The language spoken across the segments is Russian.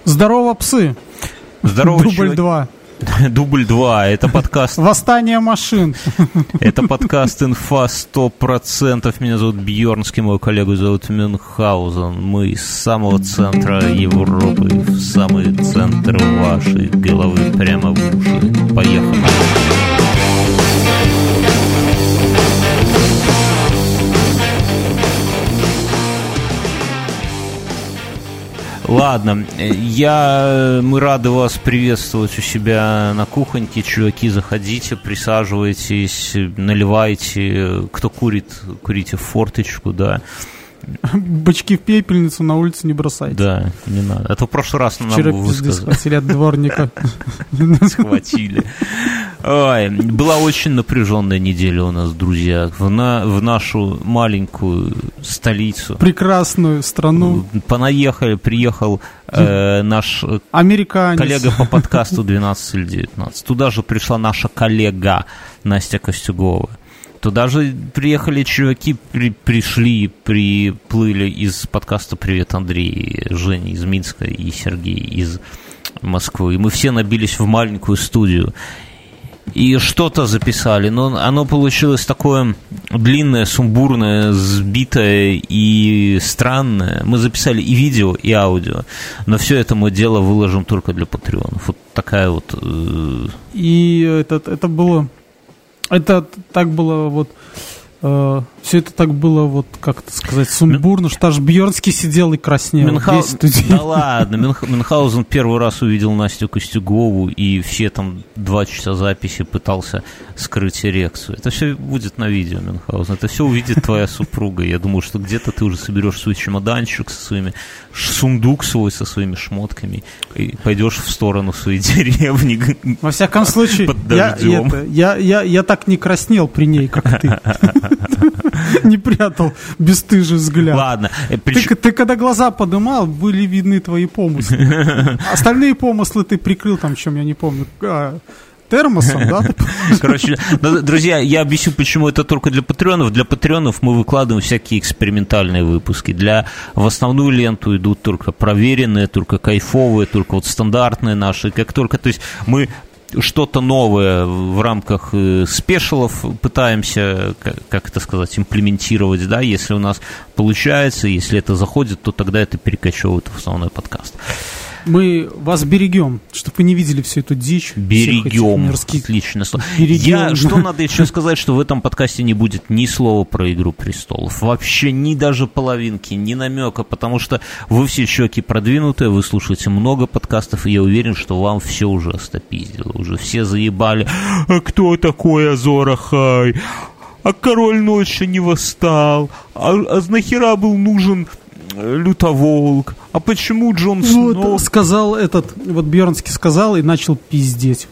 Здорово, псы. Здорово, Дубль 2. Дубль 2. Это подкаст... Восстание машин. Это подкаст «Инфа 100%». Меня зовут Бьернский, мою коллегу зовут Мюнхгаузен. Мы из самого центра Европы, в самый центр вашей головы, прямо в уши. Поехали. Ладно, мы рады вас приветствовать у себя на кухоньке. Чуваки, заходите, присаживайтесь, наливайте. Кто курит, курите в форточку, да. Бычки в пепельницу на улице не бросайте. Да, не надо. Это в прошлый раз нам высказали. Схватили от дворника. Схватили. Ой, была очень напряженная неделя у нас, друзья. В нашу маленькую столицу. Прекрасную страну. Приехал наш американец, коллега по подкасту 12 или 19. Туда же пришла наша коллега Настя Костюгова. Туда же приехали чуваки, приплыли из подкаста «Привет, Андрей», Женя из Минска и Сергей из Москвы. И мы все набились в маленькую студию. И что-то записали, но оно получилось такое длинное, сумбурное, сбитое и странное. Мы записали и видео, и аудио, но все это мы дело выложим только для патреонов. Вот такая вот... И это было... Это так было вот... все это так было, вот, как это сказать, сумбурно, что аж Бьернский сидел и краснел. Да ладно, Мюнхгаузен первый раз увидел Настю Костюгову, и все там 2 часа записи пытался скрыть эрекцию. Это все будет на видео, Мюнхгаузен. Это все увидит твоя супруга. Я думаю, что где-то ты уже соберешь свой чемоданчик со своими, сундук свой со своими шмотками и пойдешь в сторону своей деревни. Во всяком случае, я так не краснел при ней, как ты. Не прятал бесстыжий взгляд. Ладно. Ты когда глаза поднимал, были видны твои помыслы. Остальные помыслы ты прикрыл там, чем я не помню, термосом, да? Короче, друзья, я объясню, почему это только для патреонов. Для патреонов мы выкладываем всякие экспериментальные выпуски. В основную ленту идут только проверенные, только кайфовые, только вот стандартные наши. Как только, то есть мы что-то новое в рамках спешалов пытаемся, как это сказать, имплементировать, да, если у нас получается, если это заходит, то тогда это перекочевывает в основной подкаст. Мы вас берегем, чтобы вы не видели всю эту дичь. Берегем. Отлично. Что надо еще сказать, что в этом подкасте не будет ни слова про «Игру престолов». Вообще ни даже половинки, ни намека, потому что вы все чуваки продвинутые, вы слушаете много подкастов, и я уверен, что вам все уже остопиздило. Уже все заебали. А кто такой Азор Ахай? А король ночи не восстал? А нахера был нужен Лютоволк? А почему Джон Сноу... Вот сказал вот Бьернский сказал и начал пиздеть.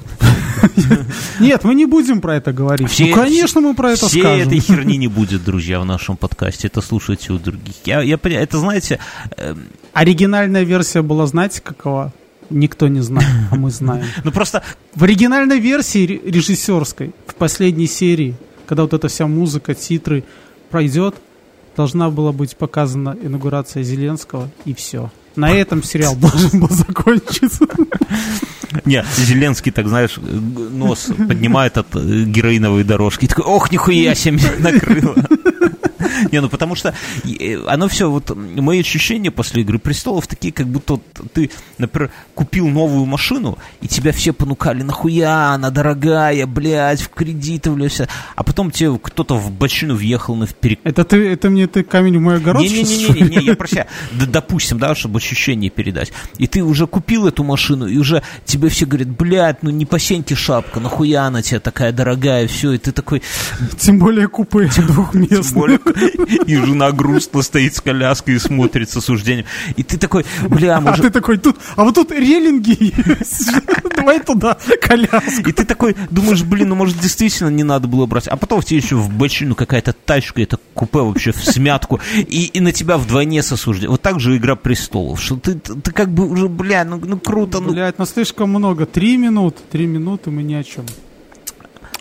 Нет, мы не будем про это говорить. Конечно, мы про это скажем. Всей этой херни не будет, друзья, в нашем подкасте. Это слушайте у других. Я понимаю, это, знаете... Оригинальная версия была, знаете, какова? Никто не знает, а мы знаем. Ну просто... В оригинальной версии режиссерской, в последней серии, когда вот эта вся музыка, титры пройдет, должна была быть показана инаугурация Зеленского, и все. На этом сериал должен был закончиться. Не, Зеленский, так знаешь, нос поднимает от героиновой дорожки и такой: ох, нихуя себе меня накрыло. Не, ну потому что оно все, вот мои ощущения после «Игры престолов» такие, как будто ты, например, купил новую машину, и тебя все понукали: нахуя она дорогая, блядь, в кредиты влезся, а потом тебе кто-то в бочину въехал на вперед. Это мне ты камень в мой огород? Не, я прощаю. Допустим, да, чтобы ощущение передать. И ты уже купил эту машину, и уже тебе все говорят: блядь, ну не по сеньке шапка, нахуя она тебе такая дорогая, все, и ты такой... Тем более купе двухместное. И жена грустно стоит с коляской и смотрит с осуждением. И ты такой: бля, может... А ты такой: вот тут релинги есть. Давай туда коляску. И ты такой думаешь: блин, ну может действительно не надо было брать. А потом тебе еще в бочину какая-то тачка, это купе вообще в смятку. И на тебя вдвойне с осуждением. Вот так же «Игра престолов». Что ты как бы уже, бля, ну круто. Блядь, ну слишком много. 3 минуты мы ни о чем.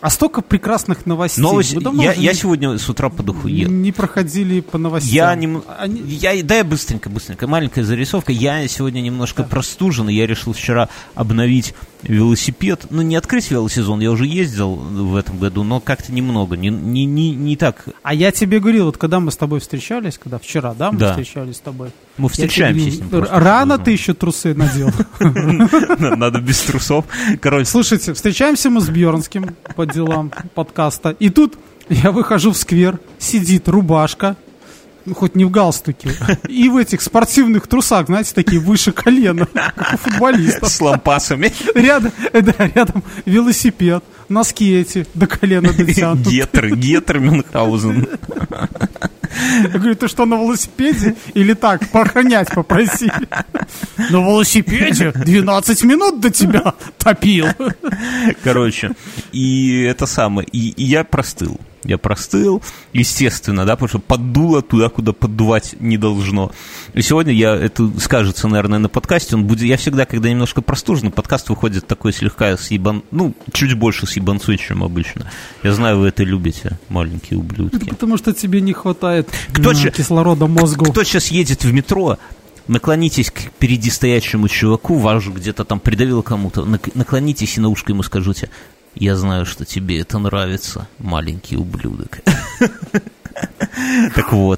А столько прекрасных новостей. Я сегодня с утра по духу ел. Не проходили по новостям. Я быстренько. Маленькая зарисовка. Я сегодня немножко простужен, и я решил вчера обновить велосипед. Ну, не открыть велосезон, я уже ездил в этом году, но как-то немного, не так. А я тебе говорил, вот когда мы с тобой встречались, вчера, да, мы встречались с тобой. Мы встречаемся с ним. Рано ты еще трусы надел. Надо без трусов. Слушайте, встречаемся мы с Бьернским по делам подкаста, и тут я выхожу в сквер, сидит рубашка, хоть не в галстуке, и в этих спортивных трусах, знаете, такие выше колена, как у футболистов. С лампасами. Рядом велосипед, носки эти до колена дотянут. Гетер Мюнхгаузен. Я говорю, ты что, на велосипеде? Или так, поохранять попросили? На велосипеде 12 минут до тебя топил. Короче, и это самое, и я простыл. Естественно, да, потому что поддуло туда, куда поддувать не должно. И сегодня это скажется, наверное, на подкасте. Я всегда, когда немножко простужен, подкаст выходит такой слегка чуть больше съебанцой, чем обычно. Я знаю, вы это любите, маленькие ублюдки. Потому что тебе не хватает кислорода мозгу. Кто сейчас едет в метро, наклонитесь к впереди стоящему чуваку, вас же где-то там придавило кому-то, наклонитесь и на ушко ему скажите: я знаю, что тебе это нравится, маленький ублюдок. Так вот.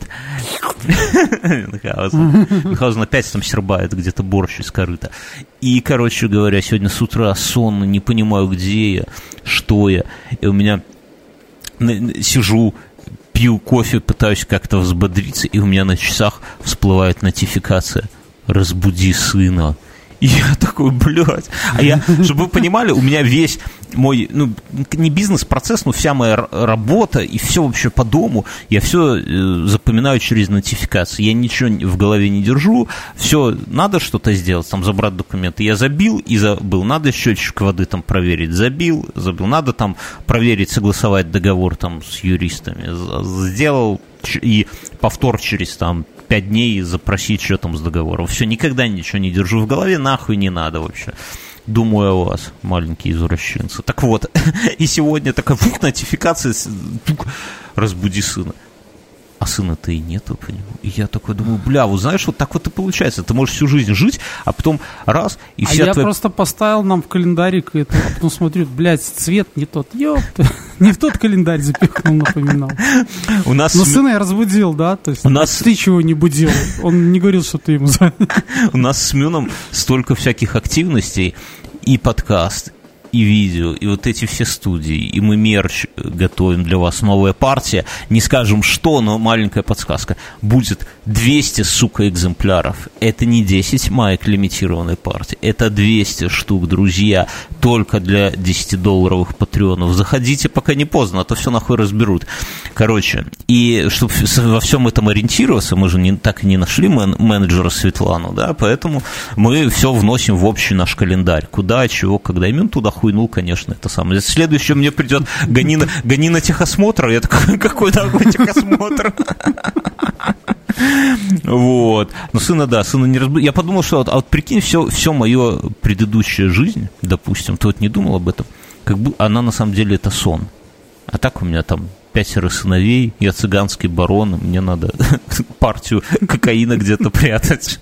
Мюнхгаузен опять там сербает где-то борщ из корыта. И, короче говоря, сегодня с утра сонно, не понимаю, где я, что я. И у меня сижу, пью кофе, пытаюсь как-то взбодриться, и у меня на часах всплывает нотификация: «Разбуди сына». И я такой, блядь. Чтобы вы понимали, у меня весь мой, не бизнес-процесс, но вся моя работа и все вообще по дому, я все запоминаю через нотификации. Я ничего в голове не держу, все, надо что-то сделать, там, забрать документы. Я забил и забыл. Надо счетчик воды там проверить. Забил. Надо там проверить, согласовать договор там с юристами. Сделал. И повтор через там 5 дней запросить, что там с договором. Все, никогда ничего не держу в голове, нахуй не надо вообще. Думаю о вас, маленькие извращенцы. Так вот, и сегодня такая нотификация: разбуди сына. А сына-то и нету, понимаешь? И я такой думаю, вот знаешь, вот так вот и получается. Ты можешь всю жизнь жить, а потом раз, и вся я просто поставил нам в календарик это, а потом смотрю, цвет не тот. Не в тот календарь запихнул, напоминал. Но сына я разбудил, да? То есть ты чего не будил? Он не говорил, что ты ему занят. У нас с Мюном столько всяких активностей, и подкаст, и видео, и вот эти все студии, и мы мерч готовим для вас, новая партия, не скажем что, но маленькая подсказка, будет 200, сука, экземпляров, это не 10 маек лимитированной партии, это 200 штук, друзья, только для $10 патреонов, заходите, пока не поздно, а то все нахуй разберут. Короче, и чтобы во всем этом ориентироваться, мы же так и не нашли менеджера Светлану, да, поэтому мы все вносим в общий наш календарь, куда, чего, когда, имен туда хуйнул, конечно, это самое. Следующее мне придет гони на техосмотр. Я такой, какой нахуй техосмотр? Вот. Но сына не разбудил. Я подумал, что вот прикинь, все мое предыдущая жизнь, допустим, ты вот не думал об этом, как бы она на самом деле это сон. А так у меня там 5 сыновей, я цыганский барон, мне надо партию кокаина где-то прятать.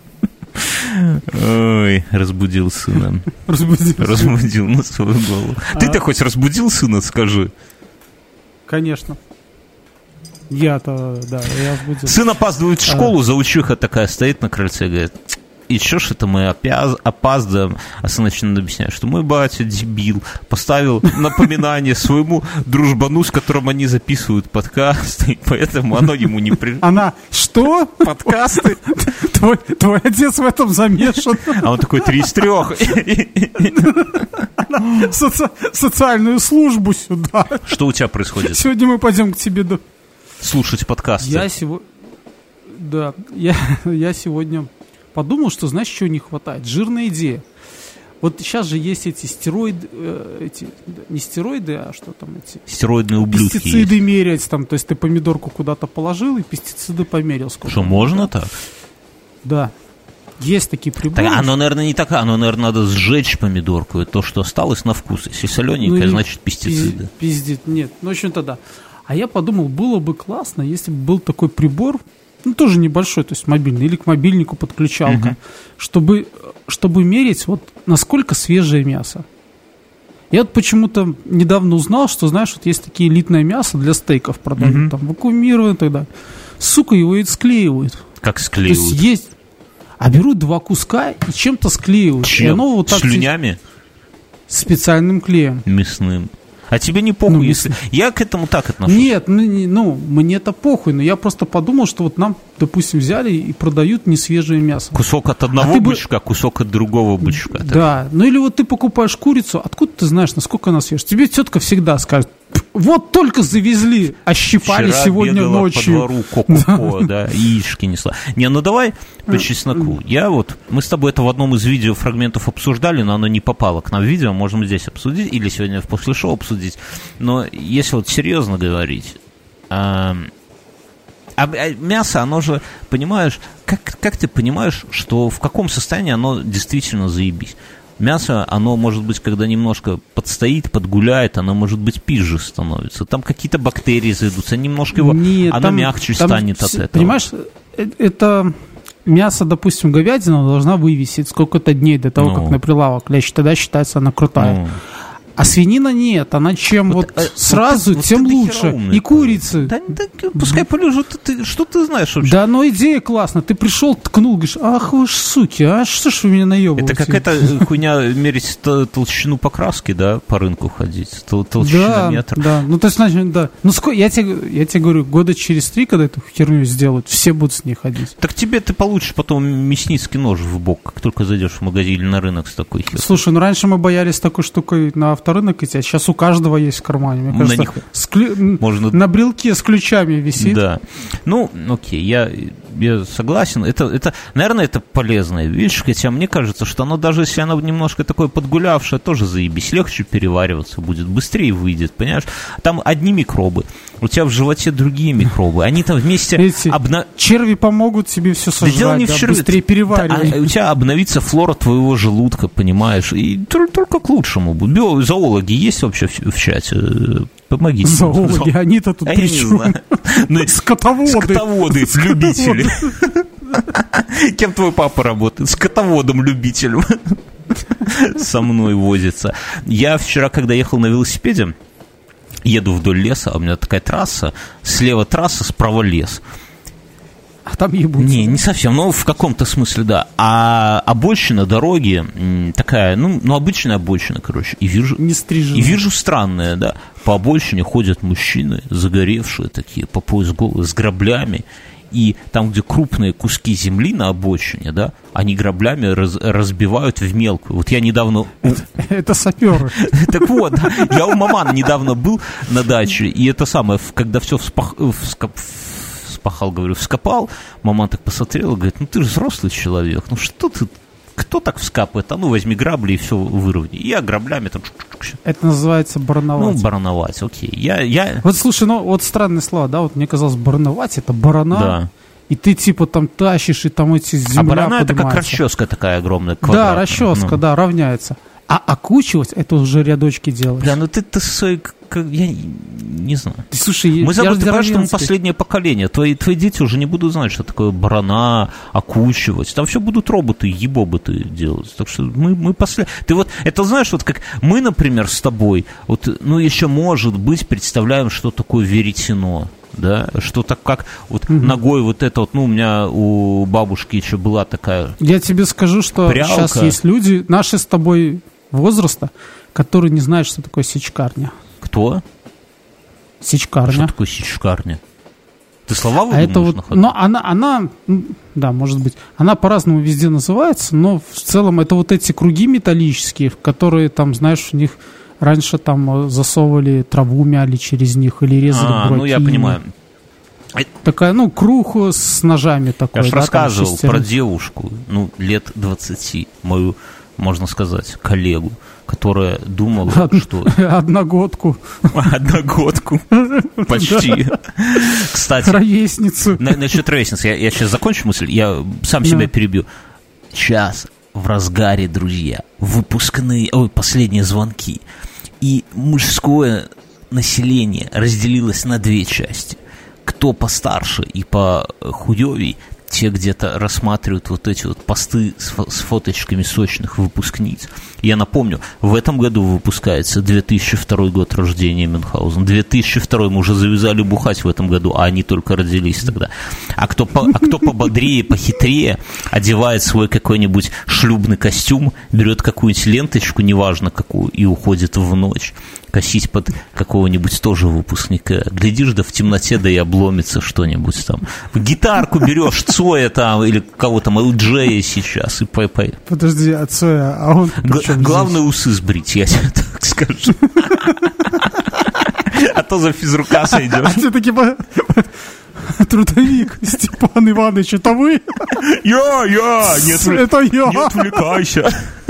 Ой, разбудил сына. Разбудил на свою голову. Ты-то хоть разбудил сына, скажи? Конечно. Я-то, да, я разбудил. Сын опаздывает в школу, заучиха такая стоит на крыльце и говорит: и что ж это мы опаздываем? А сын начинает объяснять, что мой батя дебил поставил напоминание своему дружбану, с которым они записывают подкасты, и поэтому оно ему не пришло. Она: что? Подкасты? Твой отец в этом замешан. А он такой: 3 из 3. Социальную службу сюда. Что у тебя происходит? Сегодня мы пойдем к тебе слушать подкасты. Я сегодня подумал, что, знаешь, чего не хватает? Жирная идея. Вот сейчас же есть эти стероиды, не стероиды, а что там эти? Стероидные ублюдки. Пестициды есть. Мерять там, то есть ты помидорку куда-то положил и пестициды померил. Что, можно так? Да. Есть такие приборы. Так, оно, наверное, не такое, оно, наверное, надо сжечь помидорку, и то, что осталось на вкус. Если солененькое, значит пестициды. Пиздит, нет, ну, в общем-то, да. А я подумал, было бы классно, если бы был такой прибор, ну, тоже небольшой, то есть мобильный, или к мобильнику подключалка, чтобы мерить, вот, насколько свежее мясо. Я вот почему-то недавно узнал, что, знаешь, вот есть такие элитное мясо для стейков продают, там, вакуумированное и так далее. Сука, его и склеивают. Как склеивают? То есть есть... А берут 2 куска и чем-то склеивают. Чем? И оно вот так слюнями? Специальным клеем. Мясным. А тебе не похуй, Ну, если... Я к этому так отношусь. Нет, ну, мне-то похуй, но я просто подумал, что вот нам, допустим, взяли и продают несвежее мясо. Кусок от одного бычка, кусок от другого бычка. Да, ну или вот ты покупаешь курицу, откуда ты знаешь, насколько она свежая? Тебе тетка всегда скажет, вот только завезли, ощипали вчера сегодня бегала ночью. по двору ко-ко-ко, да, яички несла. Не, ну давай по чесноку. Мы с тобой это в одном из видеофрагментов обсуждали, но оно не попало к нам в видео, можем здесь обсудить, или сегодня в после шоу обсудить. Но если вот серьезно говорить, мясо, оно же, понимаешь, как ты понимаешь, что в каком состоянии оно действительно заебись? Мясо, оно, может быть, когда немножко подстоит, подгуляет, оно, может быть, пизже становится. Там какие-то бактерии зайдутся, немножко его... Нет, оно мягче станет от этого. Понимаешь, это мясо, допустим, говядина должна вывесить сколько-то дней до того, как на прилавок лечь. Тогда считается она крутая. А свинина нет, она чем вот сразу, тем лучше. И курицы. Да, пускай полежат, что ты знаешь вообще? Да, но идея классная. Ты пришел, ткнул, говоришь, ах вы ж суки, а что ж вы меня наебываете? Это какая-то хуйня мерить толщину покраски, да, по рынку ходить, толщина метра. Да, ну то есть, значит, да. Ну сколько, я тебе говорю, года через 3, когда эту херню сделают, все будут с ней ходить. Так ты получишь потом мясницкий нож в бок, как только зайдешь в магазин или на рынок с такой херней. Слушай, ну раньше мы боялись такой штукой на авторынок идти, а сейчас у каждого есть в кармане. Мне кажется, можно... на брелке с ключами висит. Да. Ну, окей, я согласен. Это, наверное, это полезная вещь, хотя мне кажется, что оно, даже если оно немножко такое подгулявшее, тоже заебись, легче перевариваться будет, быстрее выйдет, понимаешь? Там одни микробы, у тебя в животе другие микробы, они там вместе... Черви помогут тебе все сожрать, дело не в черви, быстрее переваривать. У тебя обновится флора твоего желудка, понимаешь, и только к лучшему будет. Зоологи есть вообще в чате? Помогите. Зоологи, они-то тут при чем? Скотоводы, любители. Кем твой папа работает? Скотоводом-любителем. Со мной возится. Я вчера, когда ехал на велосипеде, еду вдоль леса, а у меня такая трасса, слева трасса, справа лес. А там ебутся. Не совсем, но в каком-то смысле, да. А обочина дороги такая, обычная обочина, короче. И вижу странное, да. По обочине ходят мужчины, загоревшие такие, по пояс голые, с граблями. И там, где крупные куски земли на обочине, да, они граблями разбивают в мелкую. Вот я недавно... Это саперы. Так вот, я у мамана недавно был на даче, и это самое, когда все вскопал, мама так посмотрела, говорит, ты же взрослый человек, что ты, кто так вскапывает, возьми грабли и все выровняй. И я граблями там... Это называется барановать. Барановать, окей. Вот слушай, вот странные слова, да, вот мне казалось, барановать, это барана, да. И ты типа там тащишь, и там эти земля барана поднимается. Это как расческа такая огромная, квадратная. Да, расческа, да, равняется. А окучивать, это уже рядочки делаешь. Бля, ты свой... Я не знаю. Слушай, мы забыли, что мы последнее поколение. Твои дети уже не будут знать, что такое барана, окучивать. Там все будут роботы, ебоботы делать. Так что мы Ты вот, это знаешь, вот как мы, например, с тобой, вот, еще, может быть, представляем, что такое веретено. Да, что-то как вот ногой вот это вот, у меня у бабушки еще была такая... Я тебе скажу, что прялка. Сейчас есть люди, наши с тобой возраста, которые не знают, что такое сечкарня. Кто? Сечкарня. Что такое сечкарня? Ты слова выдумаешь? Это вот, но она, да, может быть, она по-разному везде называется, но в целом это вот эти круги металлические, в которые там, знаешь, в них раньше там засовывали траву, мяли через них или резали бураки. Я понимаю. Такая, круг с ножами такой. Я же рассказывал про девушку, лет 20, мою, можно сказать, коллегу, которая думала, что... Одногодку. Одногодку. Почти. Кстати... Ровесницу. Насчет ровесницы. Я сейчас закончу мысль, я сам себя перебью. Сейчас в разгаре, друзья, последние звонки. И мужское население разделилось на две части. Кто постарше и похудевей, те где-то рассматривают вот эти вот посты с фоточками сочных выпускниц. Я напомню, в этом году выпускается 2002 год рождения Мюнхгаузен. 2002 мы уже завязали бухать в этом году, а они только родились тогда. А кто пободрее, похитрее, одевает свой какой-нибудь шлюбный костюм, берет какую-нибудь ленточку, неважно какую, и уходит в ночь косить под какого-нибудь тоже выпускника. Глядишь, да в темноте, да и обломится что-нибудь там. Гитарку берешь, Цоя там, или кого там, LJ сейчас, и пой. Подожди, а Цоя, а он... Главное усы сбрить, я тебе так скажу. А то за физрука сойдешь. А ты таки... Трудовик Степан Иванович, это вы? Я! Это я! Не отвлекайся.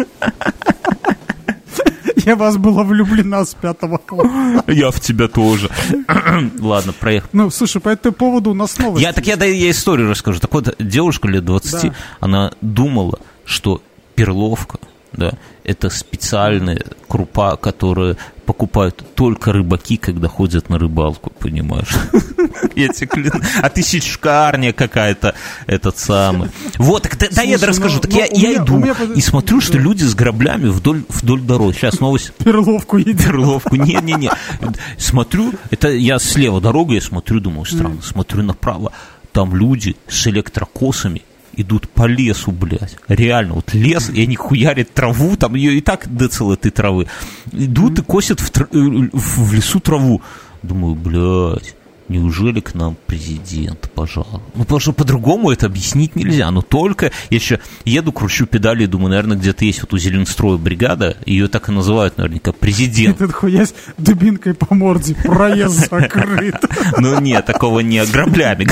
Я в вас была влюблена с 5-го класса. Я в тебя тоже. Ладно, проехали. Ну, слушай, по этому поводу у нас новости. Я историю расскажу. Так вот, девушка лет 20, да. Она думала, что перловка, да, это специальная крупа, которую покупают только рыбаки, когда ходят на рыбалку, понимаешь? Я тебе клянусь. А ты сичкарня какая-то, этот самый. Вот, так да, я расскажу. Так я иду и смотрю, что люди с граблями вдоль дороги. Сейчас новость. Перловку едят. Перловку. Не. Смотрю, это я слева дорога, я смотрю, думаю, странно. Смотрю направо. Там люди с электрокосами идут по лесу, блядь. Реально, вот лес, и они хуярят траву, там ее и так децл этой травы. Идут и косят в лесу траву. Думаю, блядь, неужели к нам президент пожалуй? Ну, потому что по-другому это объяснить нельзя. Но только я еще еду, кручу педали и думаю, наверное, где-то есть вот у Зеленстроя бригада, ее так и называют наверняка президент. Этот хуясь дубинкой по морде, проезд закрыт. Ну, нет, такого не, граблями.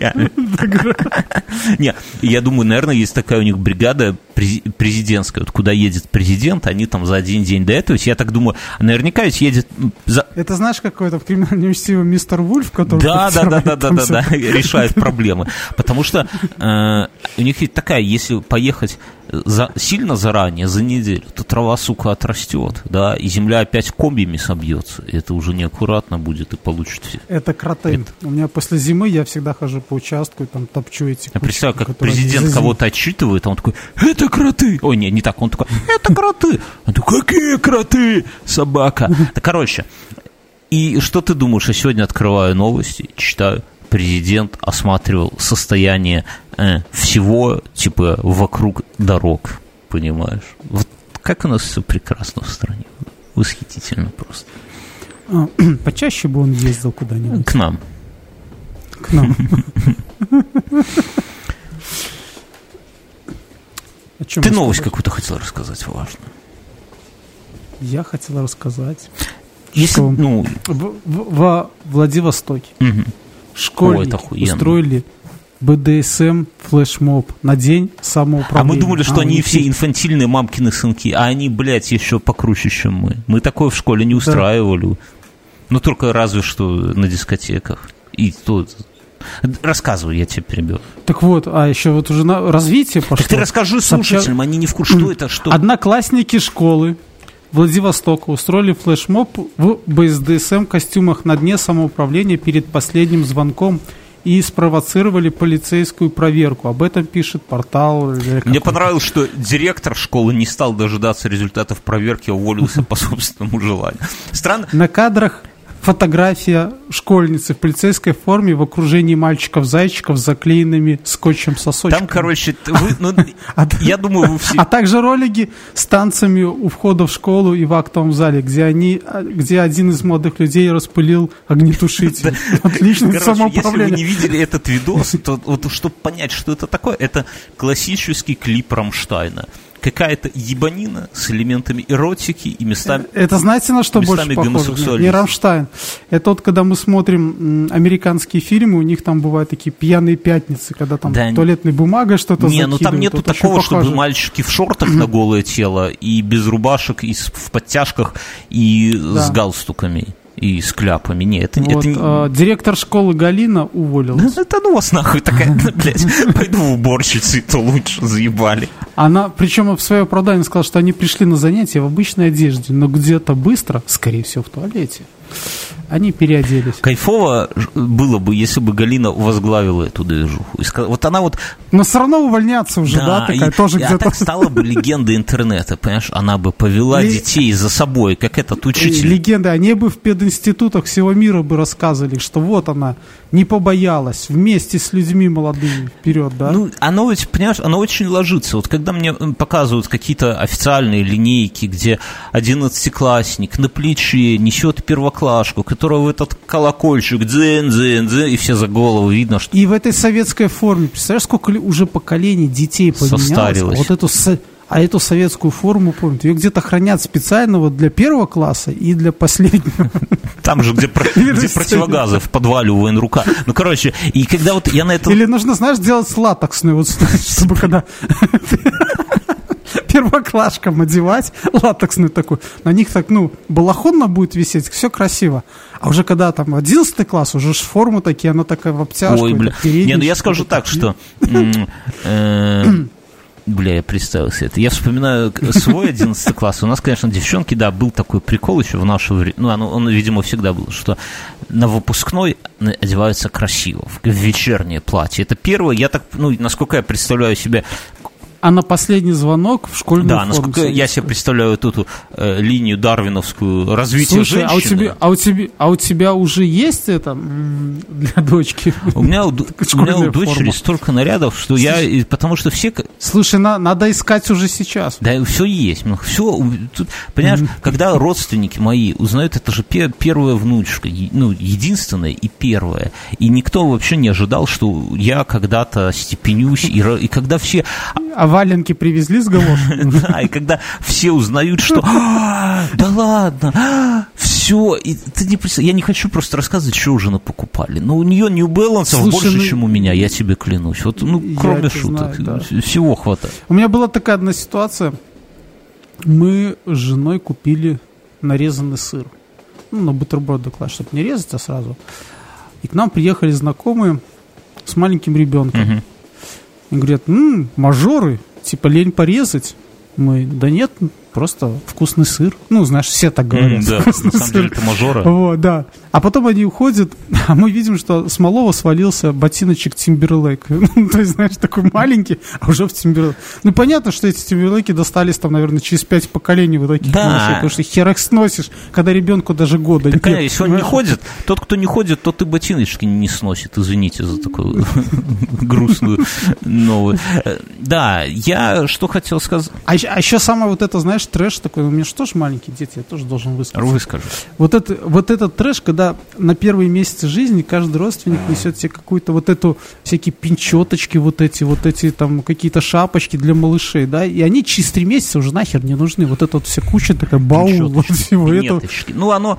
Не, я думаю, наверное, есть такая у них бригада президентская, вот куда едет президент, они там за один день до этого, я так думаю, наверняка ведь едет... Это знаешь, какой-то в криминальном чтиве мистер Вульф, который... Да, решает проблемы. Потому что у них ведь такая, если поехать сильно заранее, за неделю, то трава, сука, отрастет, да, и земля опять комбиями собьется. Это уже неаккуратно будет и получит все. Это кроты. У меня после зимы я всегда хожу по участку и там топчу эти кучки. Я представляю, как президент кого-то отчитывает, а он такой, это кроты! Ой, не так, он такой, это кроты! Он такой, какие кроты, собака? Да, короче, и что ты думаешь? Я сегодня открываю новости, читаю, президент осматривал состояние всего, типа, вокруг дорог, понимаешь? Вот как у нас все прекрасно в стране. Восхитительно просто. Почаще бы он ездил куда-нибудь. К нам. Ты новость какую-то хотел рассказать важную. Я хотел рассказать, если, что во Владивостоке школьники устроили БДСМ флешмоб на день самоуправления. А мы думали, что они все инфантильные мамкины сынки, а они, блядь, еще покруче, чем мы. Мы такое в школе не устраивали. Да. Ну, только разве что на дискотеках. И тут... Рассказывай, я тебя перебил. Так вот, а еще вот уже на развитие пошло. Так ты расскажи слушателям, они не в курсе, что это, что... Одноклассники школы Владивостока устроили флешмоб в БСДСМ костюмах на дне самоуправления перед последним звонком и спровоцировали полицейскую проверку. Об этом пишет портал. Мне понравилось, что директор школы не стал дожидаться результатов проверки, а уволился по собственному желанию. Странно. На кадрах фотография школьницы в полицейской форме в окружении мальчиков-зайчиков с заклеенными скотчем сосочками. Там, короче, я думаю, вы все... А также ролики с танцами у входа в школу и в актовом зале, где один из молодых людей распылил огнетушитель. Отличное самоуправление. Если вы не видели этот видос, то вот чтобы понять, что это такое, это классический клип Рамштайна. Какая-то ебанина с элементами эротики и местами... Это знаете, на что больше похоже? Не Рамштайн. Это вот, когда мы смотрим американские фильмы, у них там бывают такие пьяные пятницы, когда там туалетной бумагой что-то закидывают. Не, ну там нету такого, чтобы мальчики в шортах на голое тело и без рубашек, и в подтяжках, и с галстуками. И с кляпами. Нет, вот, это не... Директор школы Галина уволилась. Это ну вас нахуй такая, блядь, пойду в уборщицы, то лучше заебали. Она, причем в свое оправдание сказала, что они пришли на занятия в обычной одежде, но где-то быстро, скорее всего, в туалете, они переоделись. Кайфово было бы, если бы Галина возглавила эту движуху. Вот она вот... Но все равно увольняться уже, да, такая тоже где-то... так стала бы легендой интернета, понимаешь? Она бы повела детей за собой, как этот учитель. Легенды, они бы в пединститутах всего мира бы рассказывали, что вот она не побоялась, вместе с людьми молодыми, вперед, да? Ну, оно ведь, понимаешь, оно очень ложится. Вот когда мне показывают какие-то официальные линейки, где 11-классник на плече несет первоклашку, которого в этот колокольчик дзын-дзын-дзын, и все за голову видно, что... И в этой советской форме, представляешь, сколько уже поколений детей поменялось? Состарилось. Вот эту советскую форму, помните, ее где-то хранят специально вот для первого класса и для последнего. Там же, где противогазы в подвале у военрука. Ну, короче, и когда вот я на это... Или нужно, знаешь, делать с латексной, вот, чтобы когда... первоклашкам одевать, латексный такой, на них так, балахонно будет висеть, все красиво. А уже когда там 11 класс, уже формы такие, она такая в обтяжку. Ой, бля. Не, ну я скажу так, что... Бля, я представил себе это. Я вспоминаю свой 11 класс. У нас, конечно, девчонки, да, был такой прикол еще в наше время. Ну, он, видимо, всегда был, что на выпускной одеваются красиво, в вечернее платье. Это первое, я так, насколько я представляю себе... А на последний звонок в школьную форму. Да, насколько я себе представляю эту линию дарвиновскую развития женщины. А у тебя уже есть это для дочки? У меня у дочери столько нарядов, что потому что все... Слушай, надо искать уже сейчас. Да, все есть. Все, тут, понимаешь, когда родственники мои узнают, это же первая внучка, единственная и первая. И никто вообще не ожидал, что я когда-то степенюсь, и когда все... А валенки привезли с галошами? Да, и когда все узнают, что да ладно, все, я не хочу просто рассказывать, что уже покупали. Но у нее New Balance больше, чем у меня, я тебе клянусь. Вот, кроме шуток, всего хватает. У меня была такая одна ситуация. Мы с женой купили нарезанный сыр. На бутерброд доклад, чтобы не резать, а сразу. И к нам приехали знакомые с маленьким ребенком. И говорят, мажоры, типа лень порезать. Мы, да нет, просто вкусный сыр. Знаешь, все так говорят. Да, на самом деле это мажоры. Вот, да. А потом они уходят, а мы видим, что с малого свалился ботиночек Timberlake. То есть, знаешь, такой маленький, а уже в Timberlake. Понятно, что эти Timberlake достались там, наверное, через 5 поколений вот таких. Да. Потому что хер их сносишь, когда ребенку даже года нет. Конечно, если он не ходит, тот, кто не ходит, тот и ботиночки не сносит. Извините за такую грустную новую. Да, я что хотел сказать. А еще самое вот это, знаешь, трэш такой, у меня же тоже маленькие дети, я тоже должен высказать. Выскажу. Вот этот трэш, когда на первые месяцы жизни каждый родственник несет себе какую-то вот эту, всякие пинчеточки, вот эти там какие-то шапочки для малышей, да, и они через 3 месяца уже нахер не нужны. Вот эта вот вся куча такая баул вот всего этого. Оно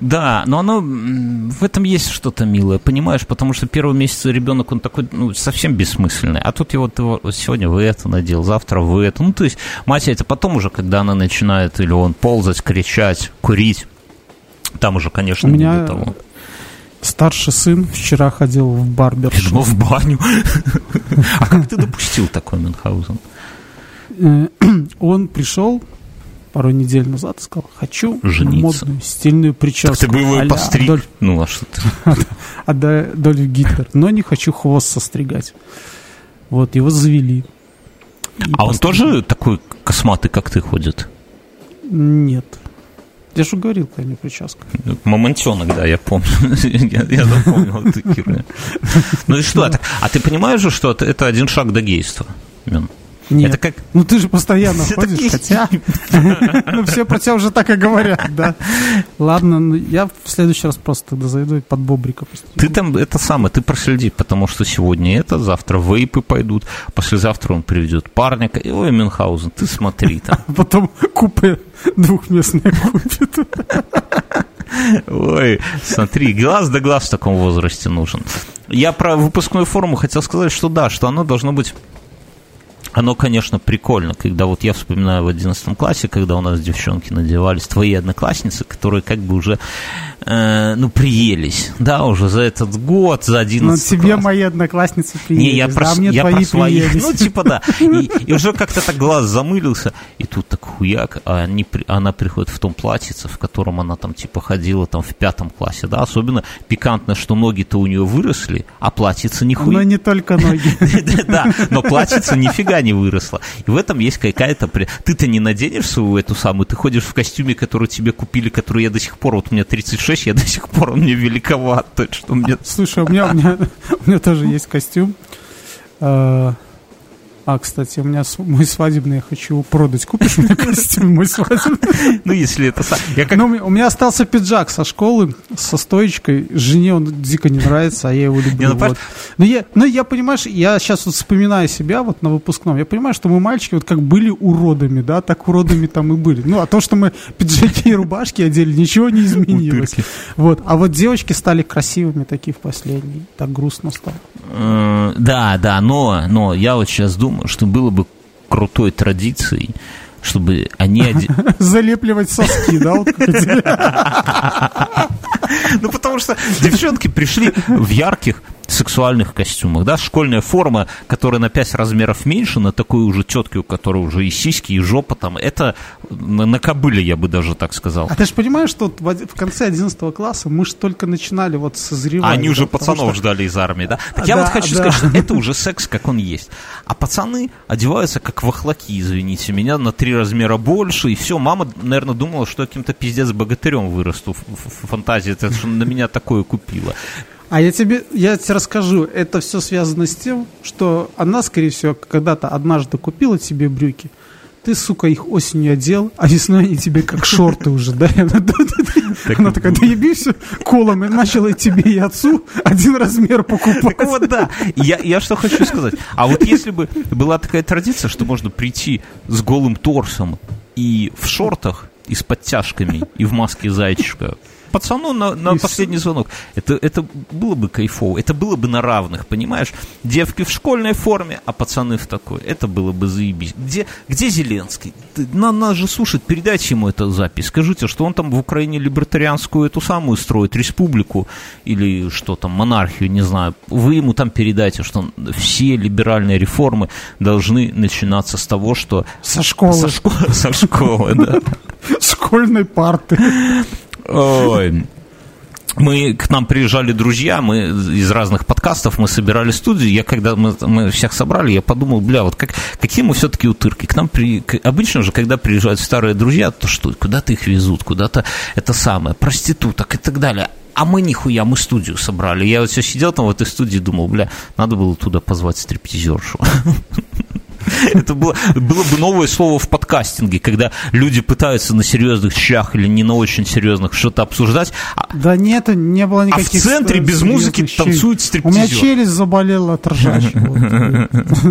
в этом есть что-то милое, понимаешь, потому что первый месяц ребенок, он такой, совсем бессмысленный, а тут вот сегодня вы это надел, завтра вы это, то есть мать это потом уже, когда она начинает, или он ползать, кричать, курить, там уже, конечно, у не меня до того. Старший сын вчера ходил в барбершоп. Я думал, в баню. А как ты допустил такой Мюнхгаузен? Он пришел пару недель назад и сказал, хочу жениться. Модную, стильную прическу. Так ты бы его постриг. А что ты? Адольф Гитлер. Но не хочу хвост состригать. Вот, его завели. А он тоже такой косматый, как ты, ходит? Нет. Я же говорил, какая у него прическа. Мамонтенок, да, я помню. Я запомнил эту херню. Ну и что? А ты понимаешь же, что это один шаг до гейства? Нет. Это как... ты же постоянно ходишь, хотя... Все про тебя уже так и говорят, да. Ладно, я в следующий раз просто тогда зайду и под бобрика постригу. Ты там, ты проследи, потому что сегодня это, завтра вейпы пойдут, послезавтра он приведет парня. Ой, Мюнхгаузен, ты смотри там. Потом купе двухместное купит. Ой, смотри, глаз да глаз в таком возрасте нужен. Я про выпускную форму хотел сказать, что да, что оно должно быть Оно, конечно, прикольно, когда вот я вспоминаю в 11 классе, когда у нас девчонки надевались, твои одноклассницы, которые как бы уже, приелись, да, уже за этот год, за 11 класс. Но тебе мои одноклассницы приелись, не, я про своих, приелись. Да. И уже как-то так глаз замылился, и тут так хуяк, она приходит в том платьице, в котором она там типа ходила там в 5 классе, да, особенно пикантно, что ноги-то у нее выросли, а платьице нихуя. Но не только ноги. Да, но платьице нифига не выросла. И в этом есть какая-то... Ты-то не наденешь свою эту самую, ты ходишь в костюме, который тебе купили, который я до сих пор, вот у меня 36, я до сих пор, он мне великоват. Что мне... Слушай, у меня тоже есть костюм. Кстати, у меня мой свадебный, я хочу его продать. Купишь мне костюм мой свадебный? Ну, если это... У меня остался пиджак со школы, со стоечкой. Жене он дико не нравится, а я его люблю. Но я, понимаешь, я сейчас вот вспоминаю себя вот на выпускном. Я понимаю, что мы, мальчики, вот как были уродами, да, так уродами там и были. А то, что мы пиджаки и рубашки одели, ничего не изменилось. Вот. А вот девочки стали красивыми такие в последние. Так грустно стало. Да, но я вот сейчас думаю, что было бы крутой традицией, чтобы они... Залепливать соски, да? Потому что девчонки пришли в ярких сексуальных костюмах, да, школьная форма, которая на 5 размеров меньше, на такой уже тетке, у которой уже и сиськи, и жопа там, это на кобыле, я бы даже так сказал. А ты же понимаешь, что в конце 11 класса мы же только начинали вот созревать. Они уже пацанов ждали из армии, да? Так я вот хочу сказать, что это уже секс, как он есть. А пацаны одеваются как вахлаки, извините меня, на 3 размера больше, и все. Мама, наверное, думала, что я каким-то пиздец богатырем вырасту в фантазии, это что на меня такое купила. А я тебе расскажу, это все связано с тем, что она, скорее всего, когда-то однажды купила тебе брюки, ты, сука, их осенью одел, а весной они тебе как шорты уже, да? Она такая, да ебись колом, и начала и тебе, и отцу один размер покупать. Так вот, да, я что хочу сказать. А вот если бы была такая традиция, что можно прийти с голым торсом и в шортах, и с подтяжками, и в маске зайчика, пацану на последний звонок. Это было бы кайфово. Это было бы на равных, понимаешь? Девки в школьной форме, а пацаны в такой. Это было бы заебись. Где Зеленский? Нас же слушает, передайте ему эту запись. Скажите, что он там в Украине либертарианскую эту самую строит, республику или что там, монархию, не знаю. Вы ему там передайте, что все либеральные реформы должны начинаться с того, что... Со школы. Со школы, да. Школьной парты. Ой. К нам приезжали друзья, мы из разных подкастов, мы собирали студию, когда мы всех собрали, я подумал, вот какие мы все-таки утырки. К нам обычно же, когда приезжают старые друзья, то что, куда-то их везут, куда-то это самое, проституток и так далее. А мы нихуя, мы студию собрали. Я вот все сидел там в этой студии и думал, надо было туда позвать стриптизершу. Это было бы новое слово в подкастинге, когда люди пытаются на серьезных щах или не на очень серьезных что-то обсуждать. Да нет, не было никаких... А в центре без музыки танцует стриптизер. У меня челюсть заболела от ржачего.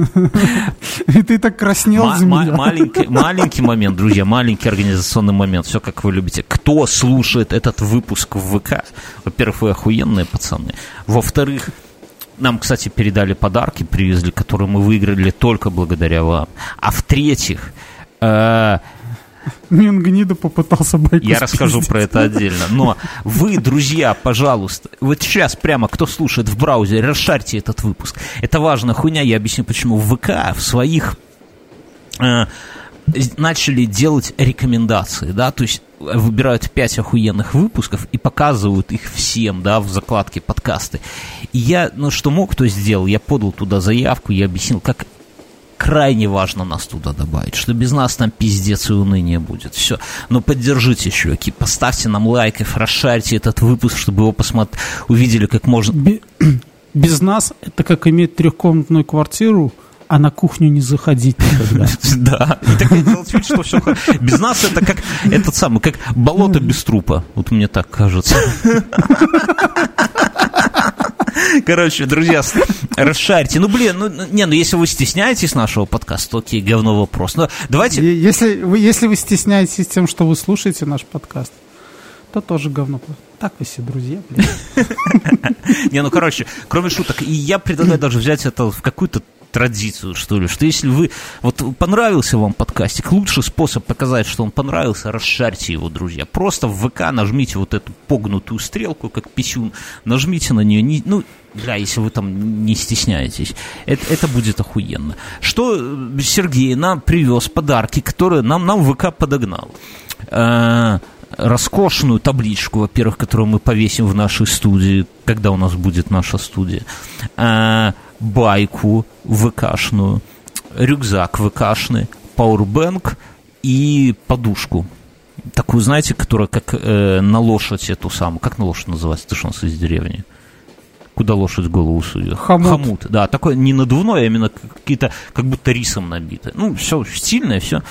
И ты так краснел за меня. Маленький момент, друзья, маленький организационный момент. Все, как вы любите. Кто слушает этот выпуск в ВК? Во-первых, вы охуенные пацаны. Во-вторых, нам, кстати, передали подарки, привезли, которые мы выиграли только благодаря вам. А в-третьих... Мингнида попытался байку Я расскажу про это отдельно. Но вы, друзья, пожалуйста, вот сейчас прямо, кто слушает в браузере, расшарьте этот выпуск. Это важная хуйня, я объясню, почему. В ВК в своих... начали делать рекомендации, да, то есть выбирают 5 охуенных выпусков и показывают их всем, да, в закладке подкасты. И я, что мог, то сделал, я подал туда заявку, я объяснил, как крайне важно нас туда добавить, что без нас там пиздец и уныние будет, все. Но поддержите, чуваки, поставьте нам лайков, расшарьте этот выпуск, чтобы его увидели как можно. Без нас это как иметь 3-комнатную квартиру, а на кухню не заходить никогда. Да. И так делать вид, что все хорошо. Без нас это как как болото без трупа. Вот мне так кажется. Короче, друзья, расшарьте. Если вы стесняетесь нашего подкаста, то окей, говно вопрос. Но давайте... Если вы стесняетесь тем, что вы слушаете наш подкаст, то тоже говно. Так вы все друзья, блин. Короче, кроме шуток, и я предлагаю даже взять это в какую-то традицию, что ли, что если вы, вот понравился вам подкастик, лучший способ показать, что он понравился, расшарьте его, друзья. Просто в ВК нажмите вот эту погнутую стрелку, как писюн, нажмите на нее, если вы там не стесняетесь. Это будет охуенно. Что Сергей нам привез подарки, которые нам ВК подогнал. Роскошную табличку, во-первых, которую мы повесим в нашей студии, когда у нас будет наша студия. Байку ВКшную, рюкзак ВКшный, пауэрбэнк и подушку. Такую, знаете, которая как на лошадь эту самую. Как на лошадь называется? Ты что, у нас из деревни? Куда лошадь голову сует? Хомут. Да, такое не надувное, а именно какие-то, как будто рисом набито. Все стильное, все.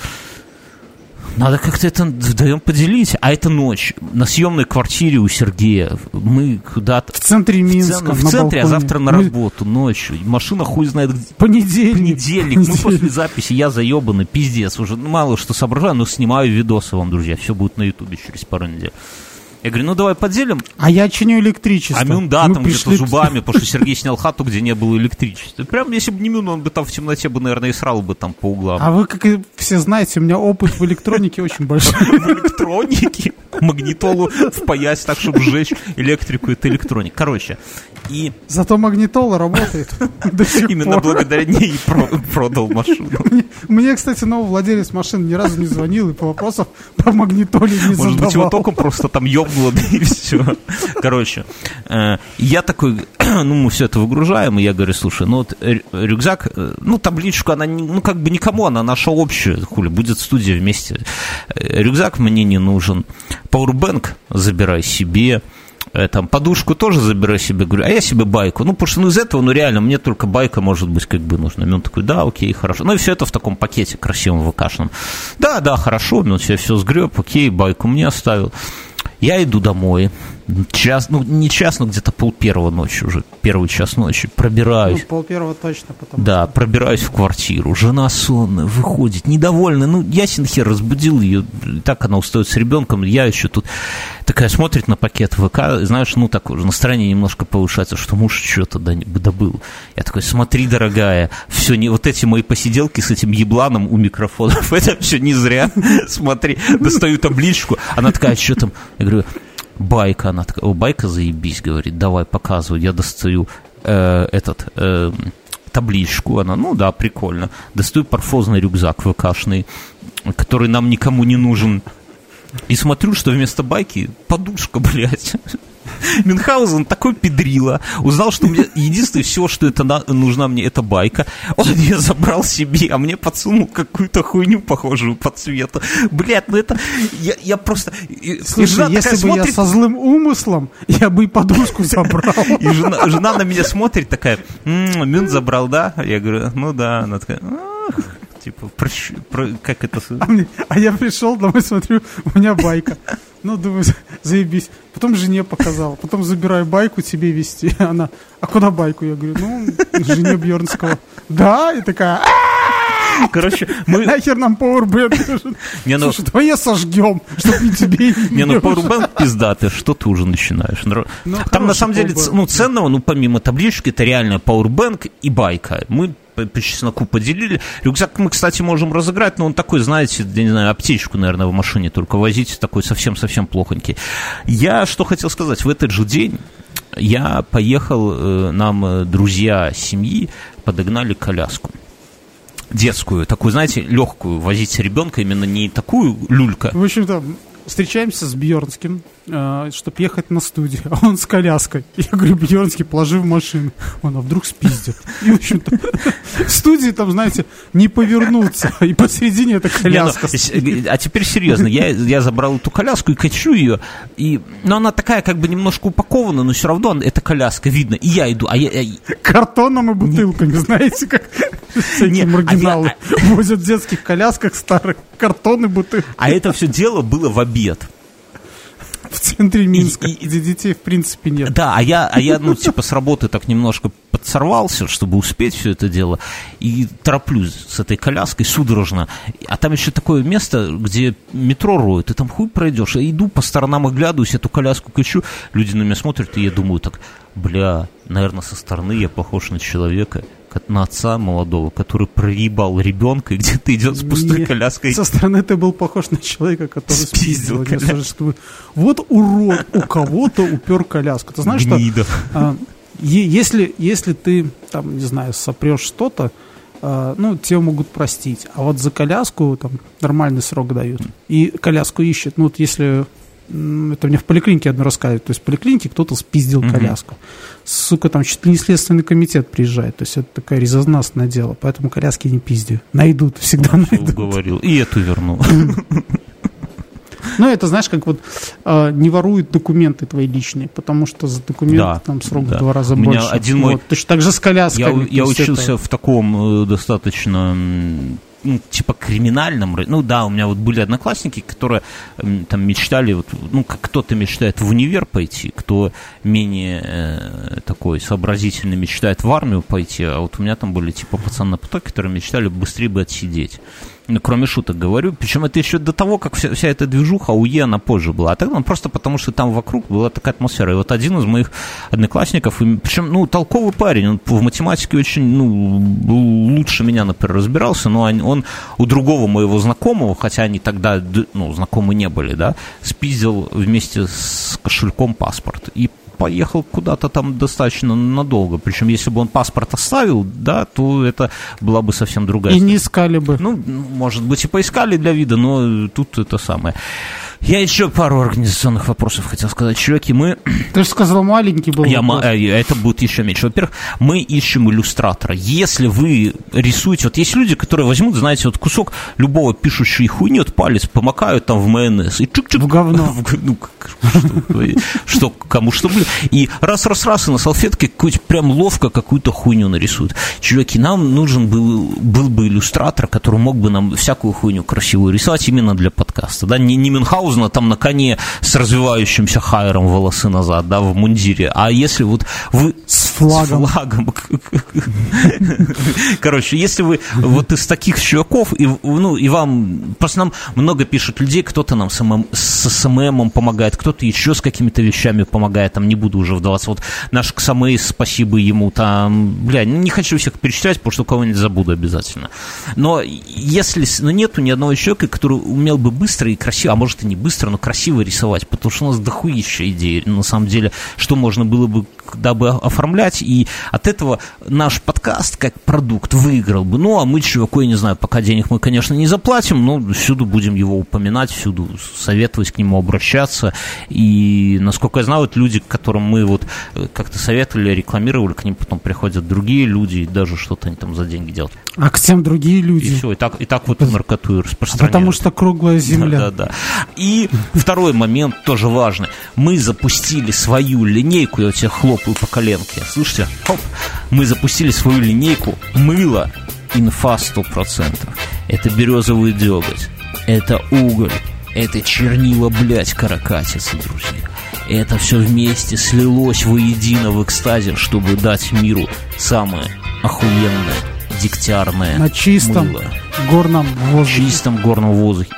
Надо как-то это вдвоем поделить. А это ночь. На съемной квартире у Сергея. Мы куда-то... В центре Минска. В центре, а завтра на работу ночью. Машина хуй знает где. Понедельник. Мы после записи, я заебанный, пиздец. Уже мало что соображаю, но снимаю видосы вам, друзья. Все будет на Ютубе через пару недель. Я говорю, давай поделим. А я чиню электричество. Там где-то зубами, потому что Сергей снял хату, где не было электричества. Прям если бы не Мюн, он бы там в темноте бы, наверное, и срал бы там по углам. А вы, как и все знаете, у меня опыт в электронике очень большой. В электронике? Магнитолу впаять так, чтобы сжечь электрику, это электроник. Короче, и... Зато магнитола работает до сих пор. Именно благодаря ней продал машину. Мне, кстати, новый владелец машины ни разу не звонил и по вопросам по магнитоле не задавал. Может быть, его только просто там ёбнуло, да и все. Короче, я такой, мы все это выгружаем, и я говорю, слушай, рюкзак, табличку, она, как бы никому, она наша общая, хули, будет студия вместе. Рюкзак мне не нужен. Пауэрбэнк забирай себе. Там подушку тоже забирай себе, говорю, а я себе байку. Потому что из этого, реально, мне только байка, может быть, как бы нужна. Он такой, да, окей, хорошо. И все это в таком пакете красивом ВКшном. Да, хорошо, он себе все сгреб, окей, байку мне оставил. Я иду домой. Не час, но где-то 1:30 ночи уже, первый час ночи, пробираюсь. 1:30 точно потом. Да, пробираюсь в квартиру, жена сонная, выходит, недовольная, ясен хер, разбудил ее, и так она устает с ребенком, я еще тут такая смотрит на пакет ВК, знаешь, так уже настроение немножко повышается, что муж что-то добыл. Я такой, смотри, дорогая, все, не вот эти мои посиделки с этим ебланом у микрофонов, это все не зря, смотри, достаю табличку, она такая, что там, я говорю, байка, она такая, байка заебись, говорит, давай, показывай, я достаю табличку, она, да, прикольно, достаю парфозный рюкзак ВКшный, который нам никому не нужен, и смотрю, что вместо байки подушка, блядь. Мюнхгаузен такой педрила. Узнал, что мне единственное всего, что это нужна мне, это байка. Он ее забрал себе, а мне подсунул какую-то хуйню, похожую по цвету. Блядь, это... Я просто... Слушай, если бы смотрит... я со злым умыслом, я бы и подушку забрал. И жена на меня смотрит такая, Мюн забрал, да? Я говорю, да. Она такая... Типа, как это... А я пришел домой, смотрю, у меня байка. Думаю, заебись. Потом жене показал. Потом забираю байку тебе везти. Она, а куда байку? Я говорю, жене Бьернского. Да? И такая... Короче, мы... Нахер нам пауэрбэнк нужен? Слушай, давай я сожгем, чтобы не тебе не пауэрбэнк пиздатый, что ты уже начинаешь? Там, на самом деле, ценного, помимо таблички, это реально пауэрбэнк и байка. Мы по чесноку поделили. Рюкзак мы, кстати, можем разыграть, но он такой, знаете, я не знаю, аптечку, наверное, в машине только возить, такой совсем-совсем плохонький. Я что хотел сказать, в этот же день я поехал, нам друзья семьи подогнали коляску. Детскую, такую, знаете, легкую, возить ребенка, именно не такую люлька. В общем-то, встречаемся с Бьернским, чтобы ехать на студию, а он с коляской. Я говорю, Бьернский, положи в машину. Он, а вдруг спиздят. И, в общем-то, в студии там, знаете, не повернуться. И посередине эта коляска. А теперь серьезно, я забрал эту коляску и качу ее. Но она такая, как бы немножко упакована, но все равно эта коляска видно. И я иду. Картоном и бутылками, знаете, как всякие маргиналы возят в детских колясках старых картон и бутылки. А это все дело было в обед. В центре Минска, где детей в принципе нет. Да, а я с работы так немножко подсорвался, чтобы успеть все это дело, и тороплюсь с этой коляской судорожно. А там еще такое место, где метро роют, ты там хуй пройдешь. Я иду по сторонам, оглядываюсь, эту коляску качу, люди на меня смотрят, и я думаю так, наверное, со стороны я похож на человека, на отца молодого, который проебал ребенка и где-то идет с пустой коляской. Со стороны ты был похож на человека, который спиздил коляску. Вот урод, у кого-то упер коляску. Ты знаешь, Гнида. Что если ты, там, не знаю, сопрешь что-то, тебе могут простить. А вот за коляску там нормальный срок дают. И коляску ищут. Ну, вот если... Это мне в поликлинике одно рассказывают. То есть в поликлинике кто-то спиздил коляску. Сука, там чуть ли не следственный комитет приезжает. То есть это такое резонансное дело. Поэтому коляски не пизди. Найдут, всегда найдут. Уговорил. И эту вернул. Это, знаешь, как вот не воруют документы твои личные, потому что за документы там срок в 2 раза больше. Точно так же с колясками. Я учился в таком достаточно... типа криминальном, у меня вот были одноклассники, которые там мечтали, как кто-то мечтает в универ пойти, кто менее такой сообразительный мечтает в армию пойти, а вот у меня там были типа пацаны на потоке, которые мечтали быстрее бы отсидеть. Кроме шуток говорю, причем это еще до того, как вся эта движуха УЕ, она позже была, а тогда просто потому, что там вокруг была такая атмосфера. И вот один из моих одноклассников, причем, толковый парень, он в математике очень, лучше меня, например, разбирался, но он у другого моего знакомого, хотя они тогда, знакомы не были, да, спиздил вместе с кошельком паспорт и поехал куда-то там достаточно надолго. Причем, если бы он паспорт оставил, да, то это была бы совсем другая история. И не искали бы. Может быть, и поискали для вида, но тут это самое. Я еще пару организационных вопросов хотел сказать. Чуваки, Ты же сказал, маленький был. Это будет еще меньше. Во-первых, мы ищем иллюстратора. Если вы рисуете... Вот есть люди, которые возьмут, знаете, кусок любого пишущей хуйни, палец помакают там в майонез и чик-чик. В говно. Что, кому что, блин. И раз, и на салфетке какую-то прям ловко какую-то хуйню нарисуют. Чуваки, нам нужен был бы иллюстратор, который мог бы нам всякую хуйню красивую рисовать именно для подкаста. Да? Не Мюнхгаузен там на коне с развивающимся хайером волосы назад, да, в мундире. А если вот вы... С флагом. Короче, если вы вот из таких чуваков, и вам... Просто нам много пишут людей, кто-то нам с СММом помогает, кто-то еще с какими-то вещами помогает, там не буду уже вдаваться. Вот наш Ксамейс, спасибо ему, там, не хочу всех перечислять, потому что кого-нибудь забуду обязательно. Но если нету ни одного человека, который умел бы быстро и красиво, а может и не быстро, но красиво рисовать, потому что у нас дохуища идей, на самом деле, что можно было бы дабы оформлять, и от этого наш подкаст как продукт выиграл бы. А мы чуваку, я не знаю, пока денег мы, конечно, не заплатим, но всюду будем его упоминать, всюду советовать, к нему обращаться, и, насколько я знаю, вот люди, которым мы вот как-то советовали, рекламировали, к ним потом приходят другие люди, и даже что-то они там за деньги делают. А к тем другие люди. И все, и так вот наркоту и распространяют. Потому что круглая земля. Да. И второй момент тоже важный. Мы запустили свою линейку, я тебя хлопаю по коленке. Слушайте, мы запустили свою линейку мыло инфа 100%. Это березовый деготь, это уголь, это чернила, каракатица, друзья. Это все вместе слилось воедино в экстазе, чтобы дать миру самое охуенное дегтярное на чистом мыло. Горном воздухе. Чистом горном воздухе.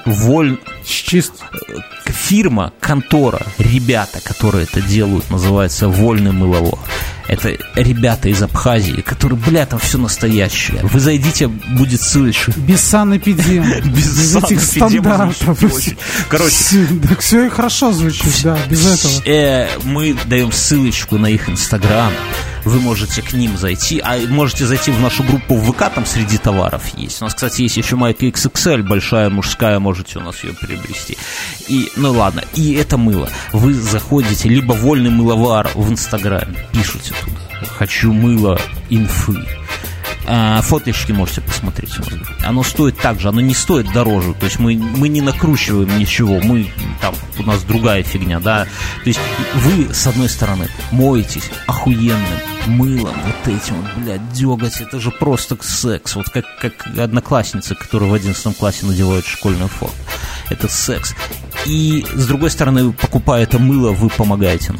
Фирма, контора, ребята, которые это делают, называется «Вольный мыловар». Это ребята из Абхазии, которые, там все настоящее. Вы зайдите, будет ссылочка. Без санэпидем. Без этих стандартов. Короче. Так все и хорошо звучит, да, без этого. Мы даем ссылочку на их Инстаграм. Вы можете к ним зайти, а можете зайти в нашу группу в ВК, там среди товаров есть. У нас, кстати, есть еще майка XXL, большая, мужская, можете у нас ее приобрести. И, ладно, и это мыло. Вы заходите, либо «Вольный мыловар» в Инстаграме, пишите туда «Хочу мыло инфы». Фоточки можете посмотреть у нас. Оно стоит так же, оно не стоит дороже. То есть мы не накручиваем ничего. У нас другая фигня, да. То есть вы, с одной стороны, моетесь охуенным мылом, вот этим деготь. Это же просто секс. Вот как одноклассницы, которые в 11 классе надевают школьную форму. Это секс. И, с другой стороны, покупая это мыло, вы помогаете нашему подкасту.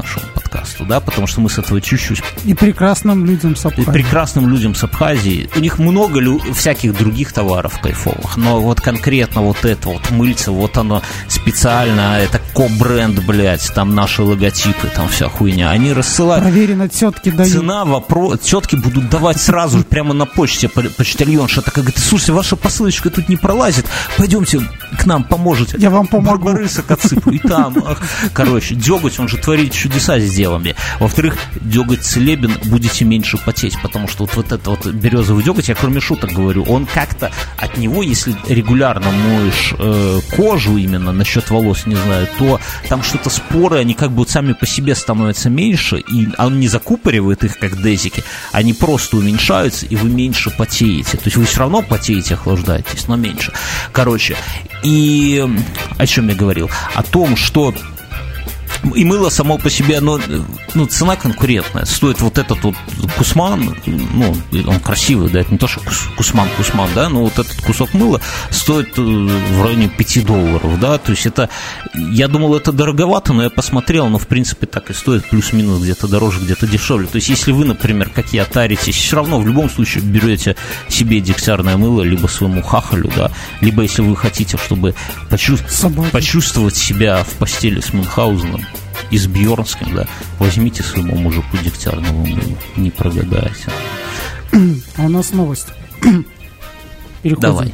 подкасту, да, потому что мы с этого чуть-чуть... И прекрасным людям с Абхазии. И прекрасным людям с Абхазии. У них много всяких других товаров кайфовых, но вот конкретно вот это вот мыльце, вот оно специально, это ко-бренд, блядь, там наши логотипы, там вся хуйня. Они рассылают... Проверено, тетки дают. Цена, вопрос... Тетки будут давать сразу же, прямо на почте. Почтальонша такая говорит: слушайте, ваша посылочка тут не пролазит, пойдемте к нам, поможете. Я вам помогу. Барбарысок отсыплю. И там, короче, дёготь, он же творит чудеса с делами. Во-вторых, дёготь Целебин, будете меньше потеть, потому что вот этот вот березовый дёготь, я кроме шуток говорю, он как-то от него, если регулярно моешь кожу именно насчет волос, не знаю, то там что-то споры, они как бы вот сами по себе становятся меньше, и он не закупоривает их, как дезики, они просто уменьшаются, и вы меньше потеете. То есть вы все равно потеете, охлаждаетесь, но меньше. Короче, и о чем я говорил? О том, что и мыло само по себе, оно, цена конкурентная. Стоит вот этот вот кусман, он красивый, да, это не то, что кусман, да, но вот этот кусок мыла стоит в районе $5, да, то есть это, я думал, это дороговато, но я посмотрел, но в принципе так и стоит, плюс-минус, где-то дороже, где-то дешевле. То есть если вы, например, как я, таритесь, все равно в любом случае берете себе дегтярное мыло, либо своему хахалю, да, либо если вы хотите, чтобы почувствовать себя в постели с Мюнхгаузеном и с Бьернским, да, возьмите своему мужику дегтярного мыла, не прогадаете. А у нас новость. Переходим. Давай.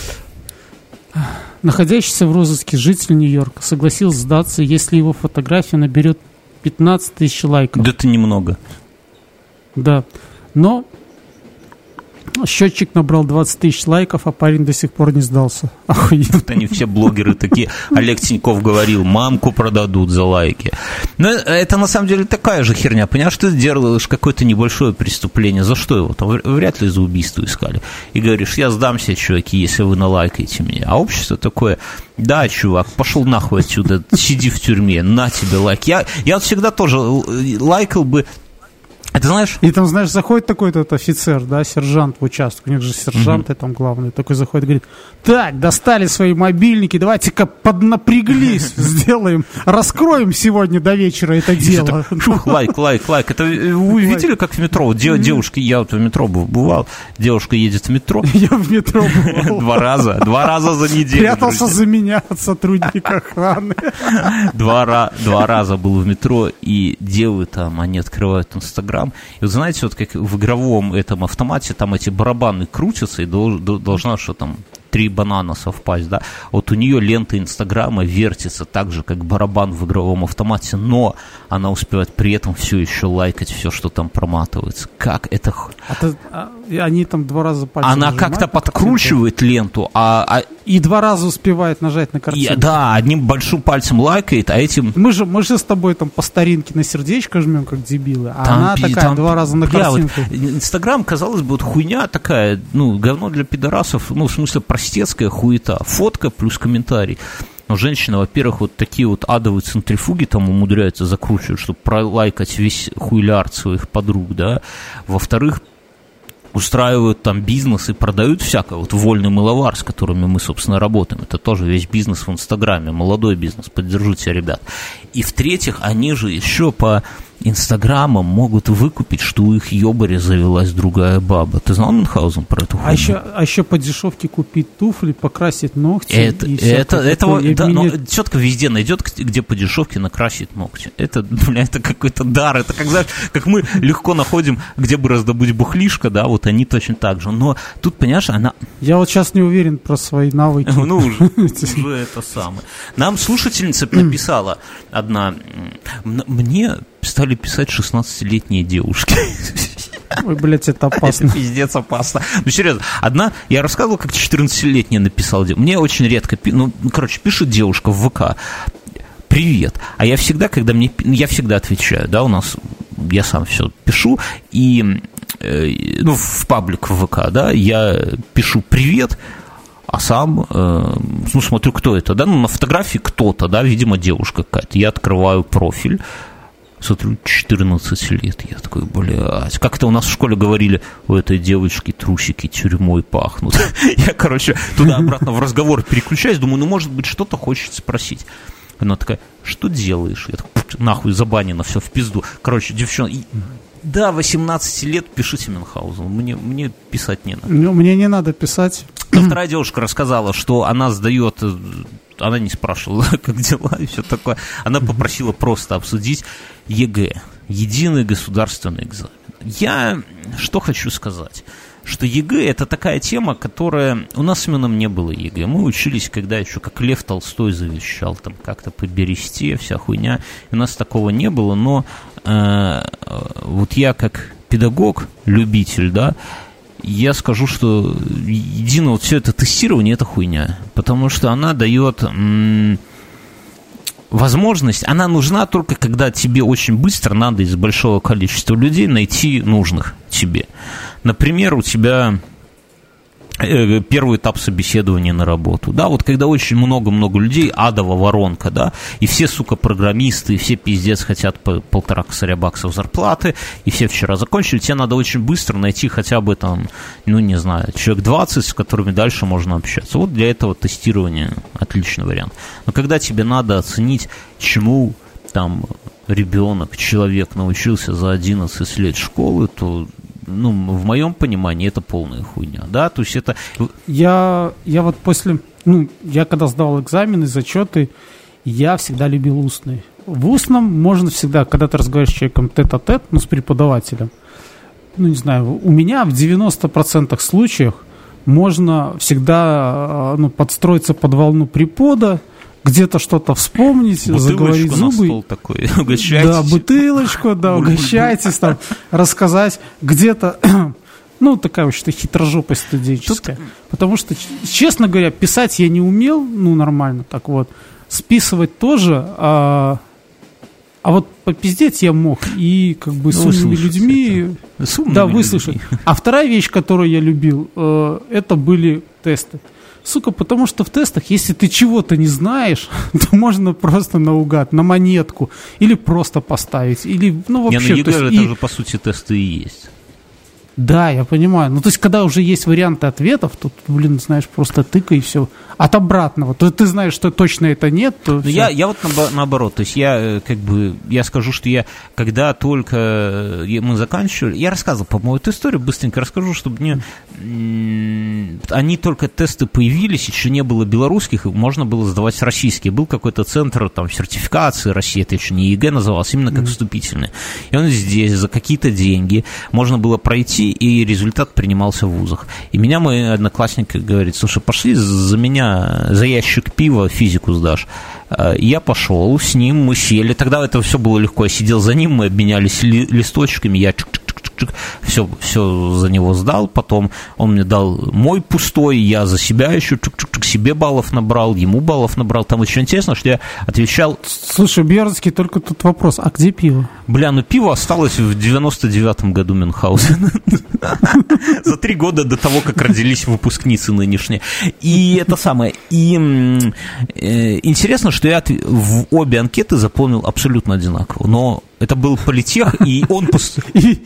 Находящийся в розыске житель Нью-Йорка согласился сдаться, если его фотография наберет 15 тысяч лайков. Да это немного. Да, но счетчик набрал 20 тысяч лайков, а парень до сих пор не сдался. Охуенно. Они все блогеры такие. Олег Тиньков говорил, мамку продадут за лайки. Но это на самом деле такая же херня. Понимаешь, ты делаешь какое-то небольшое преступление. За что его? Там вряд ли за убийство искали. И говоришь: я сдамся, чуваки, если вы налайкаете меня. А общество такое: да, чувак, пошел нахуй отсюда, сиди в тюрьме, на тебе лайк. Я вот всегда тоже лайкал бы. Это знаешь? И там, знаешь, заходит такой-то офицер, да, сержант в участок, у них же сержанты там главные, такой заходит, говорит: так, достали свои мобильники, давайте-ка поднапряглись, сделаем, раскроем сегодня до вечера это дело. Лайк. Это вы видели, как в метро? Девушка, я вот в метро бывал, девушка едет в метро. Я в метро бывал. Два раза за неделю. Прятался за меня от сотрудника охраны. Два раза был в метро, и девы там, они открывают Инстаграм. И вот знаете, вот как в игровом этом автомате, там эти барабаны крутятся, и должна что там 3 банана совпасть, да, вот у нее лента Инстаграма вертится так же, как барабан в игровом автомате, но она успевает при этом все еще лайкать все, что там проматывается. Как это... Они там 2 раза пальцем она как-то подкручивает ленту, и 2 раза успевает нажать на картинку. Да, одним большим пальцем лайкает, а этим... Мы же с тобой там по старинке на сердечко жмем, как дебилы, а она такая 2 раза на картинку. Вот, Инстаграм, казалось бы, вот хуйня такая, говно для пидорасов, в смысле простецкая хуета. Фотка плюс комментарий. Но женщины, во-первых, вот такие вот адовые центрифуги там умудряются закручивать, чтобы пролайкать весь хуйлярд своих подруг, да. Во-вторых, устраивают там бизнес и продают всякое. Вот вольный мыловар, с которыми мы, собственно, работаем. Это тоже весь бизнес в Инстаграме. Молодой бизнес. Поддержите, ребят. И в-третьих, они же еще по Инстаграмам могут выкупить, что у их ебаре завелась другая баба. Ты знал, Мюнхгаузен, про эту хуйню? А еще по дешевке купить туфли, покрасить ногти. Тетка везде найдет, где по дешевке накрасить ногти. Это какой-то дар. Это как, знаешь, как мы легко находим, где бы раздобыть бухлишко, да, вот они точно так же. Но тут, понимаешь, она... Я вот сейчас не уверен про свои навыки. Уже это самое. Нам слушательница написала одна... Мне стали писать 16-летние девушки. Ой, блядь, это опасно. Это пиздец опасно. Серьезно, я рассказывал, как 14-летняя написала. Мне очень редко, пишет девушка в ВК: привет. А я всегда, я всегда отвечаю, да, я сам все пишу, и, в паблик в ВК, да, я пишу привет, а сам, смотрю, кто это, да, на фотографии кто-то, да, видимо, девушка какая-то. Я открываю профиль, смотрю, 14 лет. Я такой, блядь, как-то у нас в школе говорили: у этой девочки трусики тюрьмой пахнут. Я, туда-обратно в разговор переключаюсь, думаю, может быть, что-то хочет спросить. Она такая: что делаешь? Я такой: нахуй забанено, все в пизду. Короче, девчонки... До 18 лет пишите Мюнхгаузен. Мне писать не надо. Мне не надо писать. Вторая девушка рассказала, что она сдает... Она не спрашивала, как дела и все такое. Она попросила просто обсудить ЕГЭ. Единый государственный экзамен. Я что хочу сказать? Что ЕГЭ — это такая тема, которая... У нас с Мюном не было ЕГЭ. Мы учились, когда еще, как Лев Толстой завещал, там как-то по бересте, вся хуйня. И у нас такого не было, но вот я как педагог, любитель, да, я скажу, что едино вот все это тестирование — это хуйня. Потому что она дает... возможность, она нужна только когда тебе очень быстро надо из большого количества людей найти нужных тебе. Например, у тебя первый этап собеседования на работу, да, вот когда очень много-много людей, адова воронка, да, и все, сука, программисты, и все пиздец хотят по 1,5 косаря баксов зарплаты, и все вчера закончили, тебе надо очень быстро найти хотя бы там, ну, не знаю, человек 20, с которыми дальше можно общаться. Вот для этого тестирование отличный вариант. Но когда тебе надо оценить, чему там ребенок, человек научился за 11 лет школы, то... Ну, в моем понимании, это полная хуйня, да, то есть это... Я вот после, я когда сдавал экзамены, зачеты, я всегда любил устный. В устном можно всегда, когда ты разговариваешь с человеком тет-а-тет, с преподавателем, не знаю, у меня в 90% случаев можно всегда, подстроиться под волну препода, где-то что-то вспомнить, заговорить зубы. На стол такой, угощайтесь. Да, бутылочку, да, угощайтесь, там, рассказать где-то, такая вот что-то хитрожопость студенческая. Потому что, честно говоря, писать я не умел, нормально, так вот, списывать тоже, а вот попиздеть я мог, и как бы с умными людьми, выслушать. А вторая вещь, которую я любил, это были тесты. Сука, потому что в тестах, если ты чего-то не знаешь, то можно просто наугад, на монетку, или просто поставить, или, вообще... ЕГЭ же это же, по сути, тесты и есть. Да, я понимаю. То есть, когда уже есть варианты ответов, то, знаешь, просто тыкай и все. От обратного. То ты знаешь, что точно это нет, то я вот наоборот. То есть, я скажу, что я, когда только мы заканчивали, я рассказывал, по-моему, эту историю, быстренько расскажу, чтобы они только тесты появились, еще не было белорусских, и можно было сдавать российские. Был какой-то центр там сертификации России, это еще не ЕГЭ назывался, именно как вступительный. И он здесь за какие-то деньги можно было пройти, и результат принимался в вузах. И меня мой одноклассник говорит: слушай, пошли за меня, за ящик пива физику сдашь. Я пошел с ним, мы сели, тогда это все было легко, я сидел за ним, мы обменялись листочками, я все за него сдал, потом он мне дал мой пустой, я за себя еще себе баллов набрал, ему баллов набрал. Там очень интересно, что я отвечал... Слушай, Бьернский, только тут вопрос, а где пиво? Пиво осталось в 99-м году Мюнхгаузена. За 3 года до того, как родились выпускницы нынешние. И это самое. И интересно, что я в обе анкеты заполнил абсолютно одинаково. Но это был политех, и он... И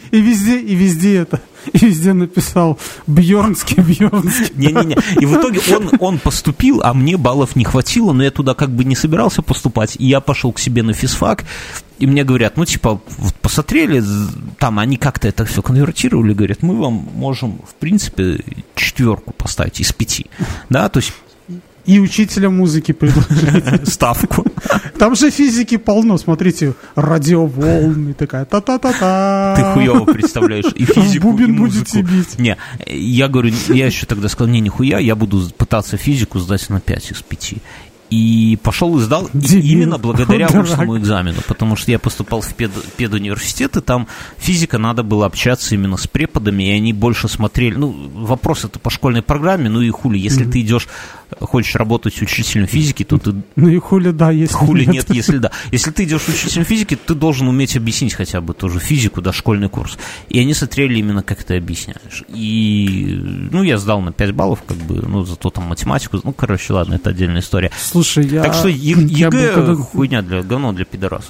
везде написал Бьернский. Не-не-не. И в итоге он поступил, а мне баллов не хватило, но я туда как бы не собирался поступать. И я пошел к себе на физфак, и мне говорят, вот посмотрели, там они как-то это все конвертировали, говорят, мы вам можем, в принципе, 4 поставить из 5. Да, то есть... И учителя музыки предложить. Ставку. Там же физики полно, смотрите, радиоволны, такая та-та-та-та. Ты хуёво представляешь и физику, бубен и музыку. будете бить. Не, я говорю, я еще тогда сказал, нихуя, я буду пытаться физику сдать на 5 из 5. И пошел и сдал именно благодаря устному экзамену, потому что я поступал в педуниверситет, и там физика, надо было общаться именно с преподами, и они больше смотрели, вопрос это по школьной программе, и хули, если ты хочешь работать учителем физики, то ты... и хули да, если хули нет, если да. Если ты идешь учителем физики, ты должен уметь объяснить хотя бы тоже физику, да, школьный курс. И они смотрели именно, как ты объясняешь. И, я сдал на 5 баллов, как бы, зато там математику, ладно, это отдельная история. Слушай, так что ЕГЭ хуйня говно для пидорасов.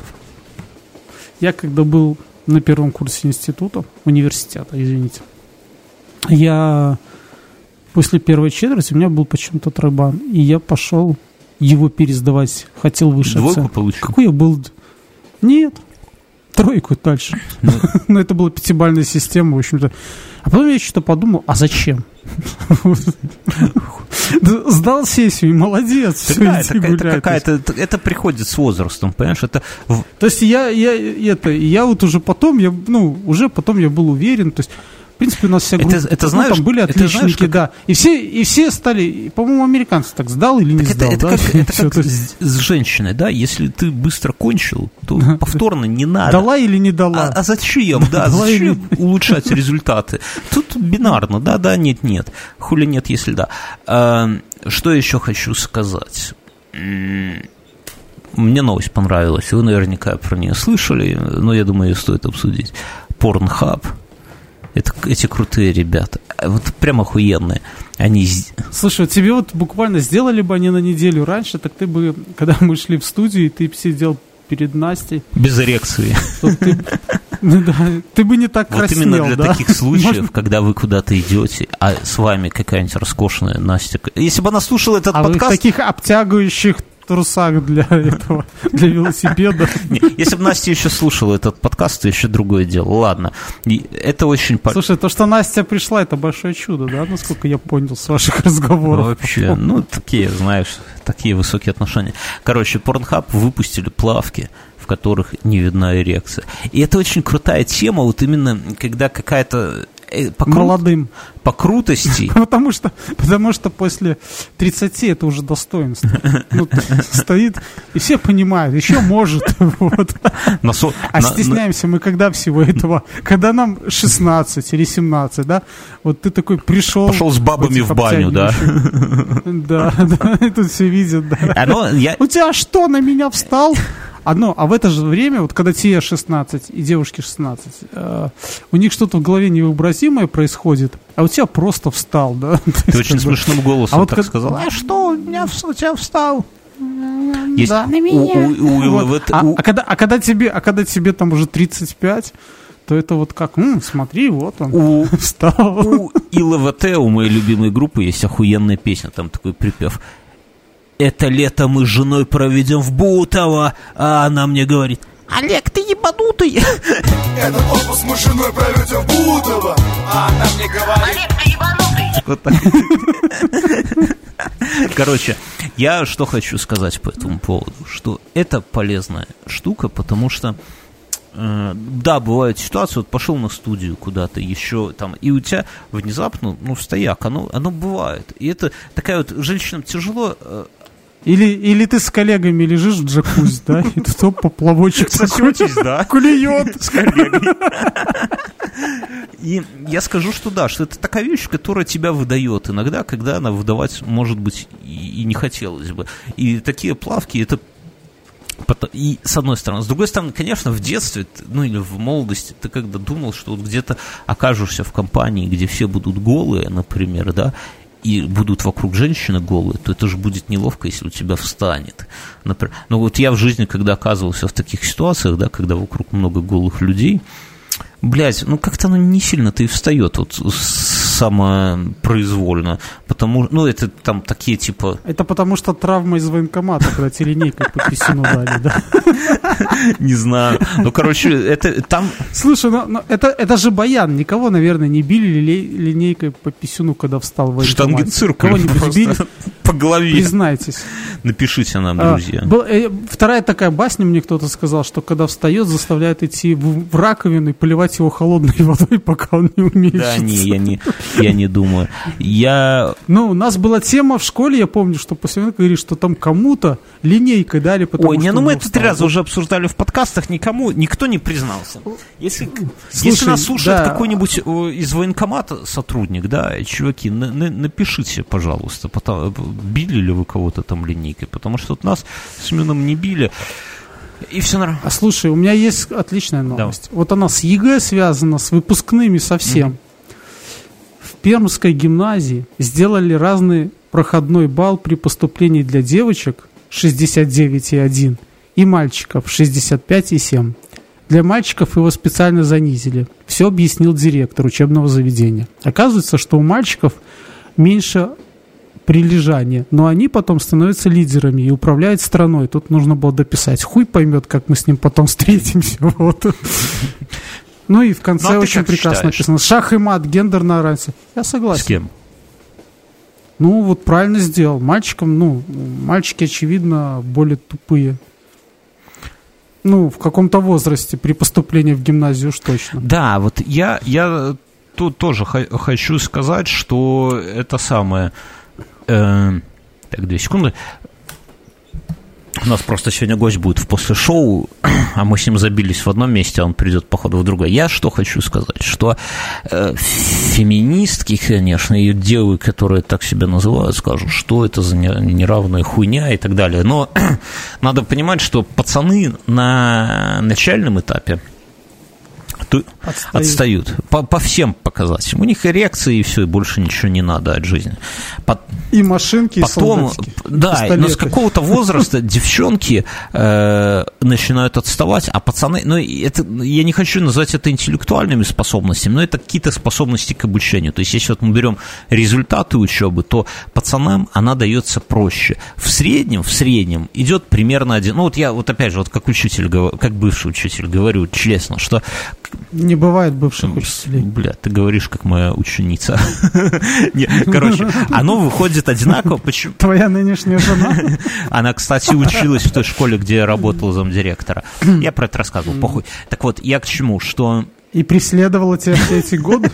Я когда был на первом курсе университета, извините, я после первой четверти у меня был почему-то тройбан, и я пошел его пересдавать, хотел выше оценки. Двойку получил? Какой я был? Нет. 3 дальше. Но это была 5-бальная система, в общем-то. А потом я что-то подумал, а зачем? Сдал сессию, и молодец. Это приходит с возрастом, понимаешь? То есть я вот уже потом, я был уверен, то есть в принципе, у нас вся группа, там были отличники, да. И все стали, по-моему, американцы так сдал или не сдал. Это как с женщиной, да, если ты быстро кончил, то повторно не надо. Дала или не дала? А зачем, да, зачем улучшать результаты? Тут бинарно, да, нет. Хули нет, если да. Что еще хочу сказать? Мне новость понравилась, вы наверняка про нее слышали, но я думаю, ее стоит обсудить. Pornhub. Эти крутые ребята, вот прям охуенные. Слушай, тебе вот буквально сделали бы они на неделю раньше, так ты бы, когда мы шли в студию, и ты сидел перед Настей. Без эрекции. Ты бы не так краснел, да? Вот именно для таких случаев, когда вы куда-то идете, а с вами какая-нибудь роскошная Настя. Если бы она слушала этот подкаст... А вы в таких обтягивающих трусах для велосипеда. Если бы Настя еще слушала этот подкаст, то еще другое дело. Ладно, это очень... Слушай, то, что Настя пришла, это большое чудо, да, насколько я понял с ваших разговоров? Вообще, такие, знаешь, такие высокие отношения. Короче, Pornhub выпустили плавки, в которых не видна эрекция. И это очень крутая тема, вот именно, когда какая-то... Молодым. По крутости. Потому что после 30 это уже достоинство. Стоит, и все понимают, еще может. А стесняемся мы когда всего этого? Когда нам 16 или 17, да? Вот ты такой пришел... Пошел с бабами в баню, да? Да, и тут все видят, да. У тебя что, на меня встал? А в это же время, вот когда тебе 16 и девушке 16, у них что-то в голове невообразимое происходит, а у тебя просто встал, да? Ты очень смешным голосом так сказал. А что у тебя встал? Есть да. А когда тебе там уже 35, то это вот как, смотри, вот он встал. У ИЛВТ, у моей любимой группы, есть охуенная песня, там такой припев. Это лето мы с женой проведем в Бутово, а она мне говорит: Олег, ты ебанутый. Этот отпуск мы с женой проведем в Бутово, а она мне говорит: Олег, ты ебанутый. Короче, я что хочу сказать по этому поводу, что это полезная штука, потому что да, бывают ситуации, вот пошел на студию куда-то еще там, и у тебя внезапно, стояк, оно бывает. И это такая вот, женщинам тяжело. Или ты с коллегами лежишь в джакузи, да, и тут поплавочек сосетесь, да, клюет с коллегой. И я скажу, что да, что это такая вещь, которая тебя выдает иногда, когда она выдавать, может быть, и не хотелось бы. И такие плавки, это... И с одной стороны. С другой стороны, конечно, в детстве, или в молодости ты когда думал, что вот где-то окажешься в компании, где все будут голые, например, да, и будут вокруг женщины голые, то это же будет неловко, если у тебя встанет. Например, вот я в жизни, когда оказывался в таких ситуациях, да, когда вокруг много голых людей, блядь, как-то оно не сильно-то и встает вот самопроизвольно, потому это там такие типа... Это потому что травма из военкомата, когда тебе линейкой по писюну дали, да? Не знаю. Короче, это там... Слушай, это же баян. Никого, наверное, не били линейкой по писюну, когда встал в военкомате. Штангенциркулем били? По голове. Признайтесь. Напишите нам, друзья. Вторая такая басня, мне кто-то сказал, что когда встает, заставляет идти в раковину и поливать его холодной водой, пока он не уменьшится. Да, я не думаю. У нас была тема в школе, я помню, что после этого говорили, что там кому-то линейкой дали, потому что... мы это 3 раза уже обсуждали в подкастах, никто не признался. Если нас слушает какой-нибудь из военкомата сотрудник, да, чуваки, напишите, пожалуйста, били ли вы кого-то там линейкой, потому что нас с Семеном не били. И все нормально. А слушай, у меня есть отличная новость. Да. Вот она с ЕГЭ связана, с выпускными совсем. В Пермской гимназии сделали разный проходной балл при поступлении для девочек 69,1 и мальчиков 65,7. Для мальчиков его специально занизили. Все объяснил директор учебного заведения. Оказывается, что у мальчиков меньше прилежание. Но они потом становятся лидерами и управляют страной. Тут нужно было дописать. Хуй поймет, как мы с ним потом встретимся. Вот. Ну и в конце очень прекрасно написано. Шах и мат, гендерное равенство. Я согласен. С кем? Ну, вот правильно сделал. Мальчики, очевидно, более тупые. Ну, в каком-то возрасте, при поступлении в гимназию уж точно. Да, вот я тут тоже хочу сказать, что это самое... Так, 2 секунды. У нас просто сегодня гость будет в после шоу, а мы с ним забились в одном месте, а он придет, походу, в другое. Я что хочу сказать, что феминистки, конечно, и девы, которые так себя называют, скажут, что это за неравная хуйня и так далее. Но надо понимать, что пацаны на начальном этапе отстают. По всем показателям. У них эрекции и все, и больше ничего не надо от жизни. И машинки, потом, и солдатики. Да, но с какого-то возраста девчонки начинают отставать, а пацаны... Ну, это, я не хочу назвать это интеллектуальными способностями, но это какие-то способности к обучению. То есть, если вот мы берем результаты учебы, то пацанам она дается проще. В среднем идет примерно один... Ну, вот я, вот опять же, вот как учитель, как бывший учитель говорю честно, что... Не бывает бывших учителей. Бля, ты говоришь, как моя ученица. Короче, оно выходит одинаково. Почему? Твоя нынешняя жена? Она, кстати, училась в той школе, где я работал замдиректора. Я про это рассказывал, похуй. Так вот, я к чему, что... И преследовала тебя все эти годы?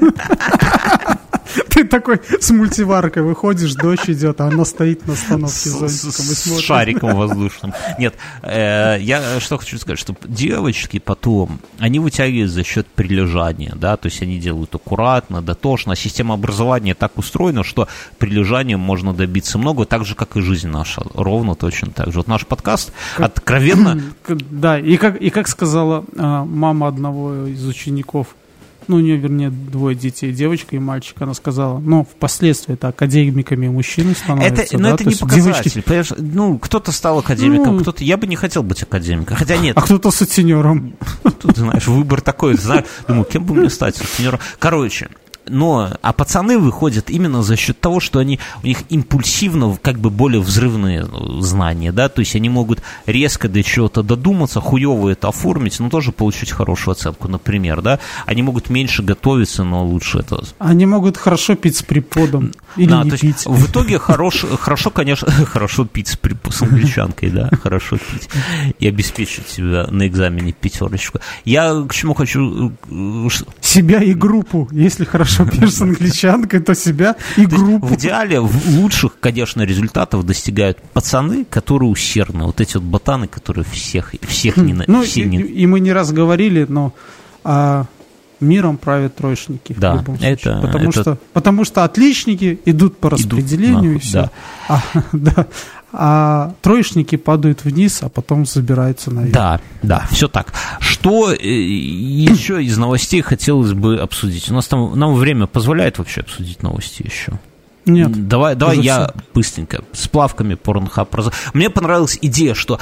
Ты такой с мультиваркой выходишь, дождь идет, а она стоит на остановке с зонтиком и смотрит. С шариком воздушным. Нет, я что хочу сказать, что девочки потом, они вытягивают за счет прилежания, да, то есть они делают аккуратно, дотошно. Система образования так устроена, что прилежанием можно добиться много, так же, как и жизнь наша, ровно точно так же. Вот наш подкаст откровенно... Да, и как сказала мама одного из учеников, ну, у нее, вернее, 2 детей, девочка и мальчик, она сказала, но впоследствии это академиками мужчины становятся. Это не показатель, понимаешь? Ну, кто-то стал академиком, кто-то... Я бы не хотел быть академиком, хотя нет. А кто-то сутенером. Тут, знаешь, выбор такой, знаю, думаю, кем бы мне стать сутенером. Короче... А пацаны выходят именно за счет того, что у них импульсивно как бы более взрывные знания, да, то есть они могут резко до чего-то додуматься, хуево это оформить, но тоже получить хорошую оценку, например, да, они могут меньше готовиться, но лучше это... Они могут хорошо пить с приподом или не пить. В итоге хорошо, конечно, хорошо пить с англичанкой, да, хорошо пить и обеспечить себя на экзамене 5. Я к чему хочу... Себя и группу, если хорошо пьешь с англичанкой, то себя и группу. В идеале лучших, конечно, результатов достигают пацаны, которые усердны. Вот эти вот ботаны, которые всех не... Ну, и мы не раз говорили, но миром правят троечники. Да, в любом случае. Потому что отличники идут по распределению, и все. Да. А троечники падают вниз, а потом забираются наверх. Да, все так. Что еще из новостей хотелось бы обсудить? У нас там нам время позволяет вообще обсудить новости еще? Нет. Давай я быстренько с плавками Pornhub. Мне понравилась идея, что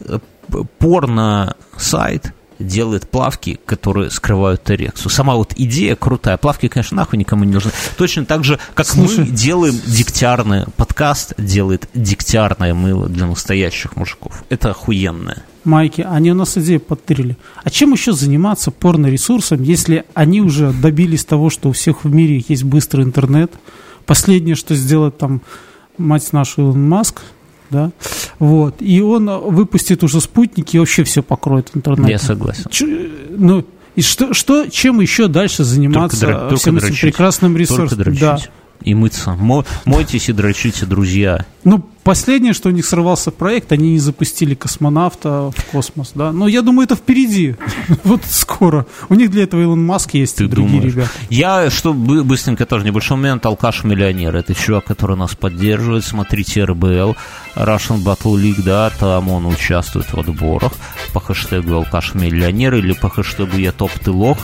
порно-сайт делает плавки, которые скрывают эрекцию. Сама вот идея крутая. Плавки, конечно, нахуй никому не нужны. Точно так же, как мы делаем дегтярный подкаст, делает дегтярное мыло для настоящих мужиков. Это охуенное. Майки, они у нас идею подтырили. А чем еще заниматься порно-ресурсом, если они уже добились того, что у всех в мире есть быстрый интернет? Последнее, что сделает там мать нашу Илон Маск, да, вот, и он выпустит уже спутники и вообще все покроет интернет. Я согласен. И чем еще дальше заниматься всем этим прекрасным ресурсом? Только дрочить. И мыться. Мойтесь и дрочите, друзья. Ну, последнее, что у них срывался проект, они не запустили космонавта в космос, да. Но я думаю, это впереди. Вот скоро. У них для этого Илон Маск есть и другие ребята. Я, что быстренько тоже небольшой момент, Алкаш-миллионер. Это чувак, который нас поддерживает. Смотрите РБЛ, Russian Battle League, да, там он участвует в отборах по хэштегу Алкаш-миллионер или по хэштегу Я топ, ты лох.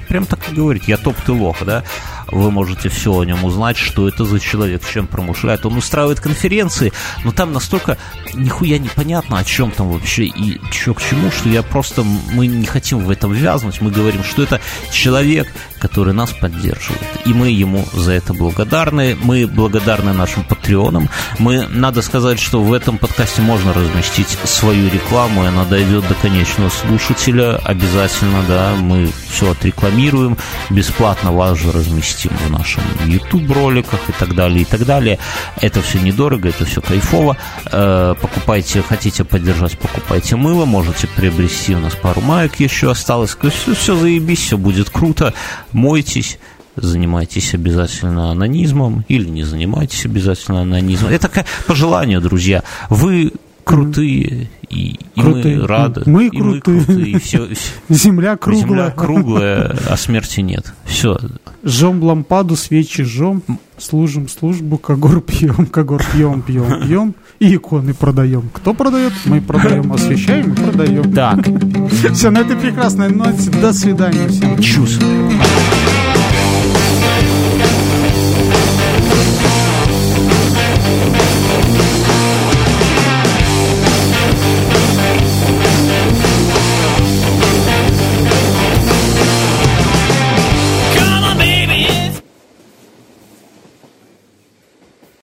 прям так и говорит, я топ, ты лох, да, вы можете все о нем узнать, что это за человек, чем промышляет. Он устраивает конференции, но там настолько нихуя непонятно, о чем там вообще и что к чему, что мы не хотим в этом ввязнуть, мы говорим, что это человек, который нас поддерживает, и мы ему за это благодарны, мы благодарны нашим патреонам, надо сказать, что в этом подкасте можно разместить свою рекламу, и она дойдет до конечного слушателя, обязательно, да, мы все отрекламируем, бесплатно вас же разместим в нашем YouTube-роликах и так далее, и так далее. Это все недорого, это все кайфово. Покупайте, хотите поддержать, покупайте мыло, можете приобрести, у нас пару маек еще осталось. Все заебись, все будет круто. Мойтесь, занимайтесь обязательно онанизмом или не занимайтесь обязательно онанизмом. Это по желанию, друзья. Вы крутые, и мы рады. Мы крутые. И все. Земля круглая. Земля круглая, а смерти нет. Все. Жжем лампаду, свечи жжем, служим службу, когор пьем, и иконы продаем. Кто продает? Мы продаем, освещаем и продаем. Так. Все, на этой прекрасной ноте. До свидания всем. Чус.